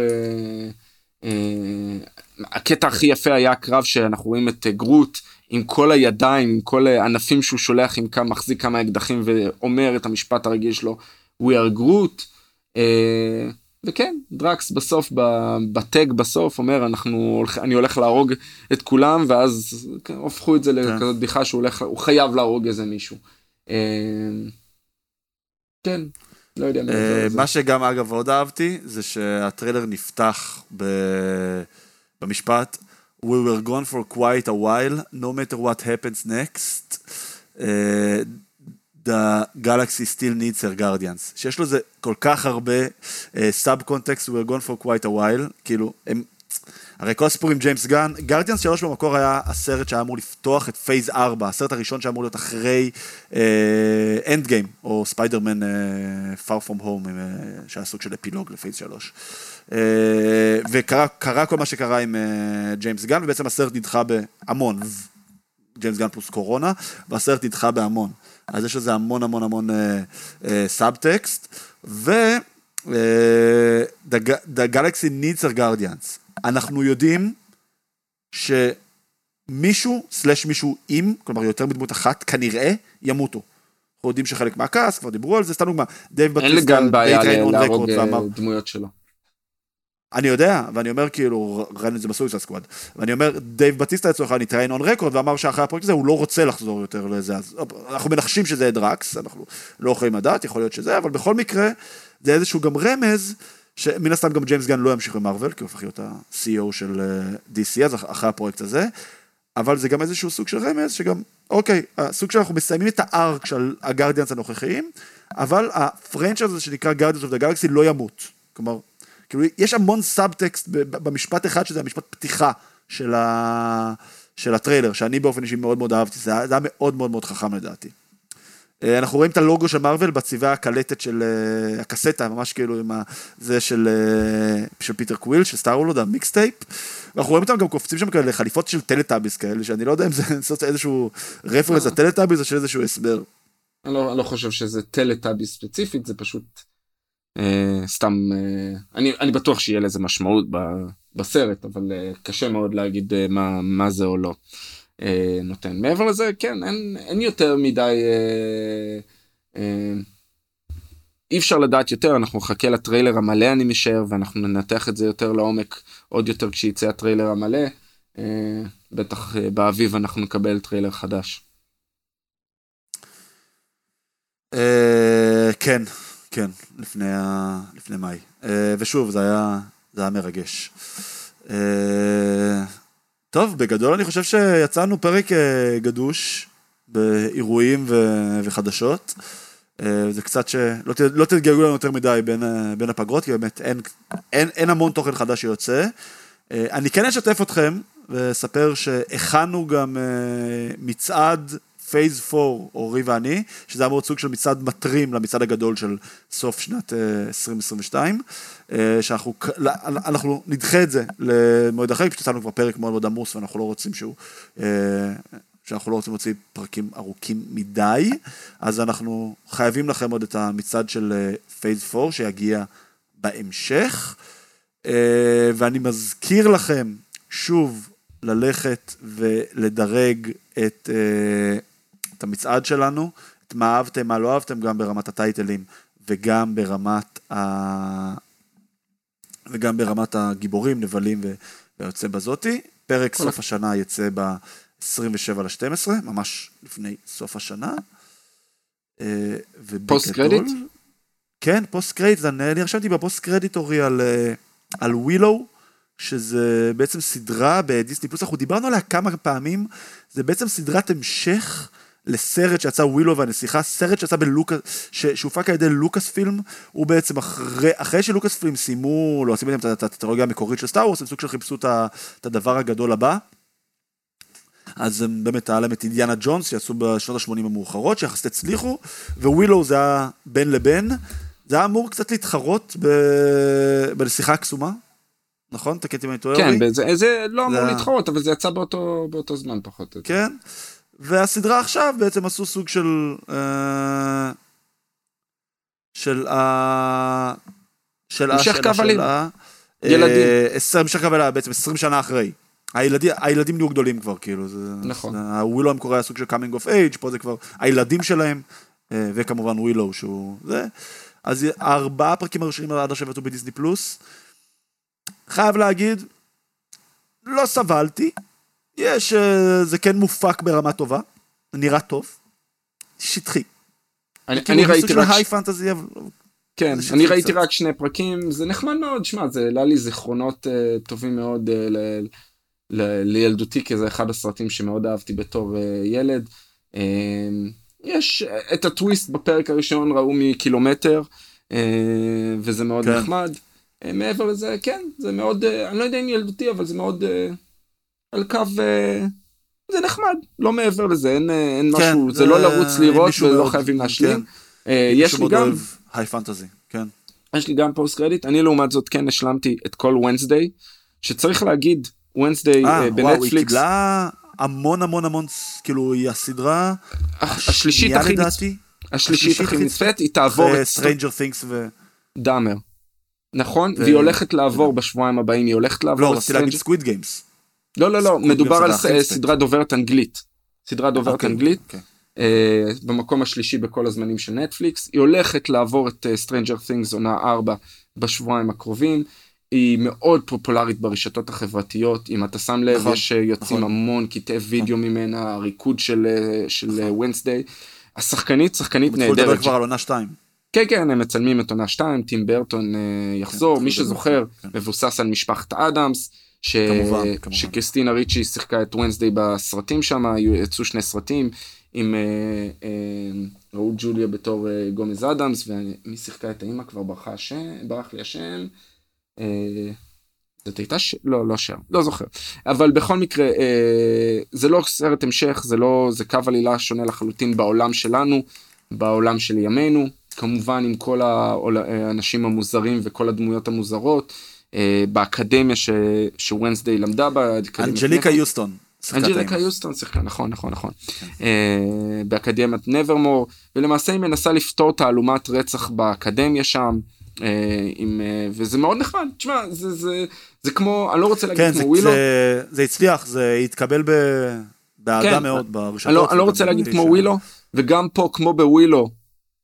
הקטע הכי יפה היה הקרב שאנחנו רואים את גרוט, עם כל הידיים, עם כל הענפים שהוא שולח, מחזיק כמה אקדחים, ואומר את המשפט הרגיל שלו, We are Groot, וכן, דרקס בסוף, בטג בסוף, אומר, אני הולך להרוג את כולם, ואז הופכו את זה לכזאת בדיחה, שהוא חייב להרוג איזה מישהו. כן, לא יודע. מה שגם אגב עוד אהבתי, זה שהטריילר נפתח במשפט, We were gone for quite a while, no matter what happens next, the galaxy still needs her guardians. שיש לו זה כל כך הרבה sub-context, we were gone for quite a while, כאילו, הרי כל הסיפור עם ג'יימס גן, גארדיאנס 3 במקור היה הסרט שהיה אמור לפתוח את פייז 4, הסרט הראשון שאמור להיות אחרי אנד גיים, או ספיידרמן Far From Home, שהיה סוג של אפילוג לפייז 3. וקרה כל מה שקרה עם ג'יימס גן, ובעצם הסרט נדחה בהמון, ג'יימס גן פלוס קורונה, והסרט נדחה בהמון. אז יש לזה המון המון המון סאבטקסט, The Galaxy needs her guardians. אנחנו יודעים שמישהו, מישהו עם, כלומר יותר מדמות אחת, כנראה ימותו. אנחנו יודעים שחלק מהכעס, כבר דיברו על זה, סתם דוגמה, דייב בטיסטה, אין לי גם בעיה להרוג דמויות שלו. אני יודע, ואני אומר כאילו, ראינו את זה בסויסייד סקוואד, ואני אומר, דייב בטיסטה לצורך העניין התראיין און רקורד, ואמר שאחרי הפרויקט הזה הוא לא רוצה לחזור יותר לזה, אז אנחנו מנחשים שזה דרקס, אנחנו לא יכולים לדעת, יכול להיות שזה, אבל בכל מקרה, זה איזשהו גם רמז, שמן הסתם גם ג'יימס גן לא ימשיך במרוול, כי הוא הופך להיות ה-CEO של DC, אז אחרי הפרויקט הזה, אבל זה גם איזשהו סוג של רמז, שגם, אוקיי, הסוג שאנחנו מסיימים את הארק של הגארדיאנס הנוכחיים, אבל הפרנצ'ייז הזה שנקרא Guardians of the Galaxy לא ימות, כלומר, כאילו, יש המון סאבטקסט במשפט אחד, שזה המשפט פתיחה של הטריילר, שאני באופן אישי מאוד מאוד אהבתי, זה היה מאוד מאוד מאוד חכם לדעתי. אנחנו רואים את הלוגו של מרוול בצבע הקלטת של הקסטה, ממש כאילו עם זה של פיטר קוויל, של סטאר-וולד, המיקסטייפ, ואנחנו רואים אותם גם קופצים שם כאלה חליפות של טלטאביס כאלה, שאני לא יודע אם זה איזשהו רפרנס לטלטאביס או של איזשהו הסבר. אני לא חושב שזה טלטאביס ספציפית, זה פשוט סתם, אני בטוח שיהיה לזה משמעות בסרט, אבל קשה מאוד להגיד מה זה או לא נותן. מעבר לזה, כן, אין יותר מדי אי אפשר לדעת יותר, אנחנו נחכה לטריילר המלא אני משער, ואנחנו ננתח את זה יותר לעומק, עוד יותר כשיצא הטריילר המלא, בטח באביב אנחנו נקבל טריילר חדש. כן, כן, לפני מאי. ושוב, זה היה מרגש. טוב, בגדול אני חושב שיצאנו פרק גדוש, באירועים וחדשות. זה קצת שלא תתגעגעו לנו יותר מדי בין הפגרות, כי באמת אין המון תוכן חדש שיוצא. אני כן אשתף אתכם, וספר שהכנו גם מצעד פייז 4, אורי ואני, שזה אמור סוג של מצעד מטרים למצעד הגדול של סוף שנת 2022, שאנחנו נדחה את זה למועד אחר, פשוט יצאנו כבר פרק מאוד מאוד עמוס, ואנחנו לא רוצים שאנחנו לא רוצים להוציא פרקים ארוכים מדי, אז אנחנו חייבים לכם עוד את המצעד של פייז 4, שיגיע בהמשך, ואני מזכיר לכם שוב ללכת ולדרג את המצעד שלנו, את מה אהבתם, מה לא אהבתם, גם ברמת הטייטלים, וגם ברמת הגיבורים, נבלים ויוצא בזאתי. פרק סוף השנה יצא ב-27/12, ממש לפני סוף השנה. פוסט קרדיט? כן, פוסט קרדיט, אני רשמתי בפוסט קרדיט אורי על ווילו, שזה בעצם סדרה בדיסני פלוס, אנחנו דיברנו עליה כמה פעמים, זה בעצם סדרת המשך לסרט שיצא ווילו והנסיכה, סרט שיצא שהופק על ידי לוקאס פילם, הוא בעצם אחרי שלוקאס פילם סיימו את הטרילוגיה המקורית של סטאר וורס, הם סוג של חיפשו את הדבר הגדול הבא, אז הם באמת היה להם את אינדיאנה ג'ונס, שיצאו בשנות ה-80 המאוחרות, שיחסית הצליחו, ווילו זה היה בין לבין, זה היה אמור קצת להתחרות בנסיכה הקסומה, נכון? תקנתי מה אני טועה? כן, זה לא אמור להתחרות, אבל זה יצא באותו זמן פחות. כן, והסדרה עכשיו בעצם עשו סוג של המשך קבלים. ילדים. המשך קבלה, בעצם 20 שנה אחרי. הילדים נהיו גדולים כבר, כאילו. נכון. הווילו המקורי היה סוג של coming of age, פה זה כבר הילדים שלהם, וכמובן ווילו שהוא זה. אז 4 פרקים הראשונים עד עכשיו יצאו בדיסני פלוס. חייב להגיד, לא סבלתי, זה כן מופק ברמה טובה, נראה טוב, שטחי. אני ראיתי רק... היי פנטזי, כן, אני ראיתי רק 2 פרקים, זה נחמד מאוד, שמע, זה העלה לי זיכרונות טובים מאוד לילדותי, כי זה אחד הסרטים שמאוד אהבתי בתור ילד. יש את הטוויסט בפרק הראשון, ראו מקילומטר, וזה מאוד נחמד. מעבר לזה, כן, זה מאוד, אני לא יודע אם ילדותי, אבל זה מאוד על קו, זה נחמד, לא מעבר לזה, אין משהו, זה לא לרוץ לראות ולא חייבים להשלים. יש לי גם, היי פנטזי, כן. יש לי גם פוסט קרדיט, אני לעומת זאת כן השלמתי את כל Wednesday, שצריך להגיד, Wednesday בנטפליקס. היא קיבלה המון, כאילו היא הסדרה השלישית הכי נצפית, היא תעבור את Stranger Things דאמר. נכון? והיא הולכת לעבור בשבועיים הבאים, היא הולכת לעבור... לא, רציתי להגיד סקוויד גיימס. לא, מדובר על סדרה דוברת אנגלית. סדרה דוברת אנגלית, במקום השלישי בכל הזמנים של נטפליקס. היא הולכת לעבור את Stranger Things עונה 4 בשבועיים הקרובים. היא מאוד פופולרית ברשתות החברתיות. אם אתה שם לב, יש יוצאים המון קטעי וידאו ממנה, הריקוד של Wednesday. השחקנית נהדרת. הוא מדבר כבר על עונה 2. כן, הם מצלמים את עונה 2, טים ברטון יחזור, מי שזוכר, מבוסס על משפחת אדמס, שקריסטינה ריצ'י שיחקה את Wednesday בסרטים שם, יצאו 2 סרטים, עם ראול ג'וליה בתור גומז אדמס, ומי שיחקה את האמא כבר ברח לי השם, זאת הייתה לא שם, לא זוכר, אבל בכל מקרה, זה לא סרט המשך, זה קו עלילה שונה לחלוטין בעולם שלנו, בעולם של ימינו, כמובן עם כל האנשים המוזרים וכל הדמויות המוזרות, באקדמיה שוונסדיי למדה בה, אנג'ליקה יוסטון. אנג'ליקה יוסטון שיחקה, נכון. באקדמיית נברמור, ולמעשה היא מנסה לפתור תעלומת רצח באקדמיה שם, וזה מאוד נחמד, תשמע, זה כמו, אני לא רוצה להגיד כמו ווילו. זה הצליח, זה התקבל באהדה מאוד ברשתות. אני לא רוצה להגיד כמו ווילו, וגם פה כמו בווילו,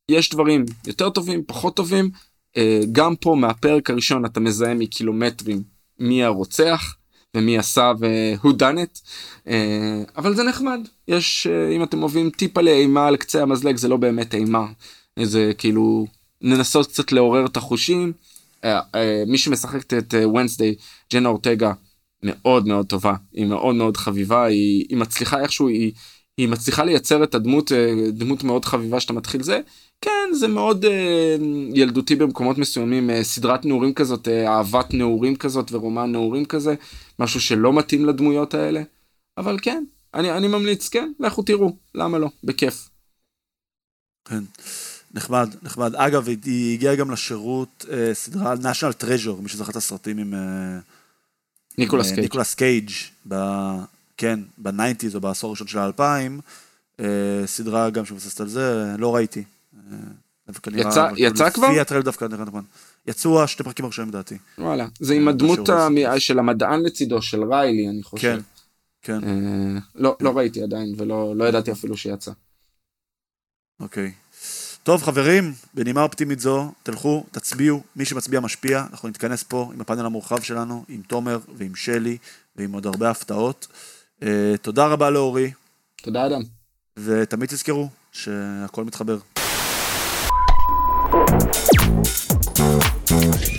יש דברים יותר טובים, פחות טובים, גם פה מהפרק הראשון אתה מזהה מקילומטרים מי הרוצח, ומי עשה והוא דנת, אבל זה נחמד, יש, אם אתם אוהבים טיפה לאימה על קצה המזלג, זה לא באמת אימה, זה כאילו, ננסות קצת לעורר את החושים, מי שמשחקת את ונסדיי, ג'נה אורטגה, מאוד מאוד טובה, היא מאוד מאוד חביבה, היא מצליחה איכשהו, היא מצליחה לייצר את הדמות, דמות מאוד חביבה שאתה מתחיל זה, כן, זה מאוד ילדותי במקומות מסוימים, סדרת נעורים כזאת, אהבת נעורים כזאת ורומן נעורים כזה, משהו שלא מתאים לדמויות האלה, אבל כן, אני ממליץ, כן, לכו תראו, למה לא, בכיף. כן, נחמד, נחמד. אגב, היא הגיעה גם לשירות סדרה National Treasure, מי שזכת הסרטים עם ניקולס קייג' כן, ב-90s או בעשור הראשון של ה-2000, סדרה גם שמבססת על זה, לא ראיתי. יצא כבר? לפי הטרייל דווקא, יצאו 2 פרקים הראשונים דעתי. וואלה, זה עם הדמות של המדען לצידו, של ריילי, אני חושב. כן. לא ראיתי עדיין, ולא ידעתי אפילו שיצא. אוקיי. טוב חברים, בנימה אופטימית זו, תלכו, תצביעו, מי שמצביע משפיע, אנחנו נתכנס פה עם הפאנל המורחב שלנו, עם תומר ועם שלי, ועם עוד הרבה הפתעות. תודה רבה לאורי. תודה אדם. ותמיד תזכרו שהכל מתחבר.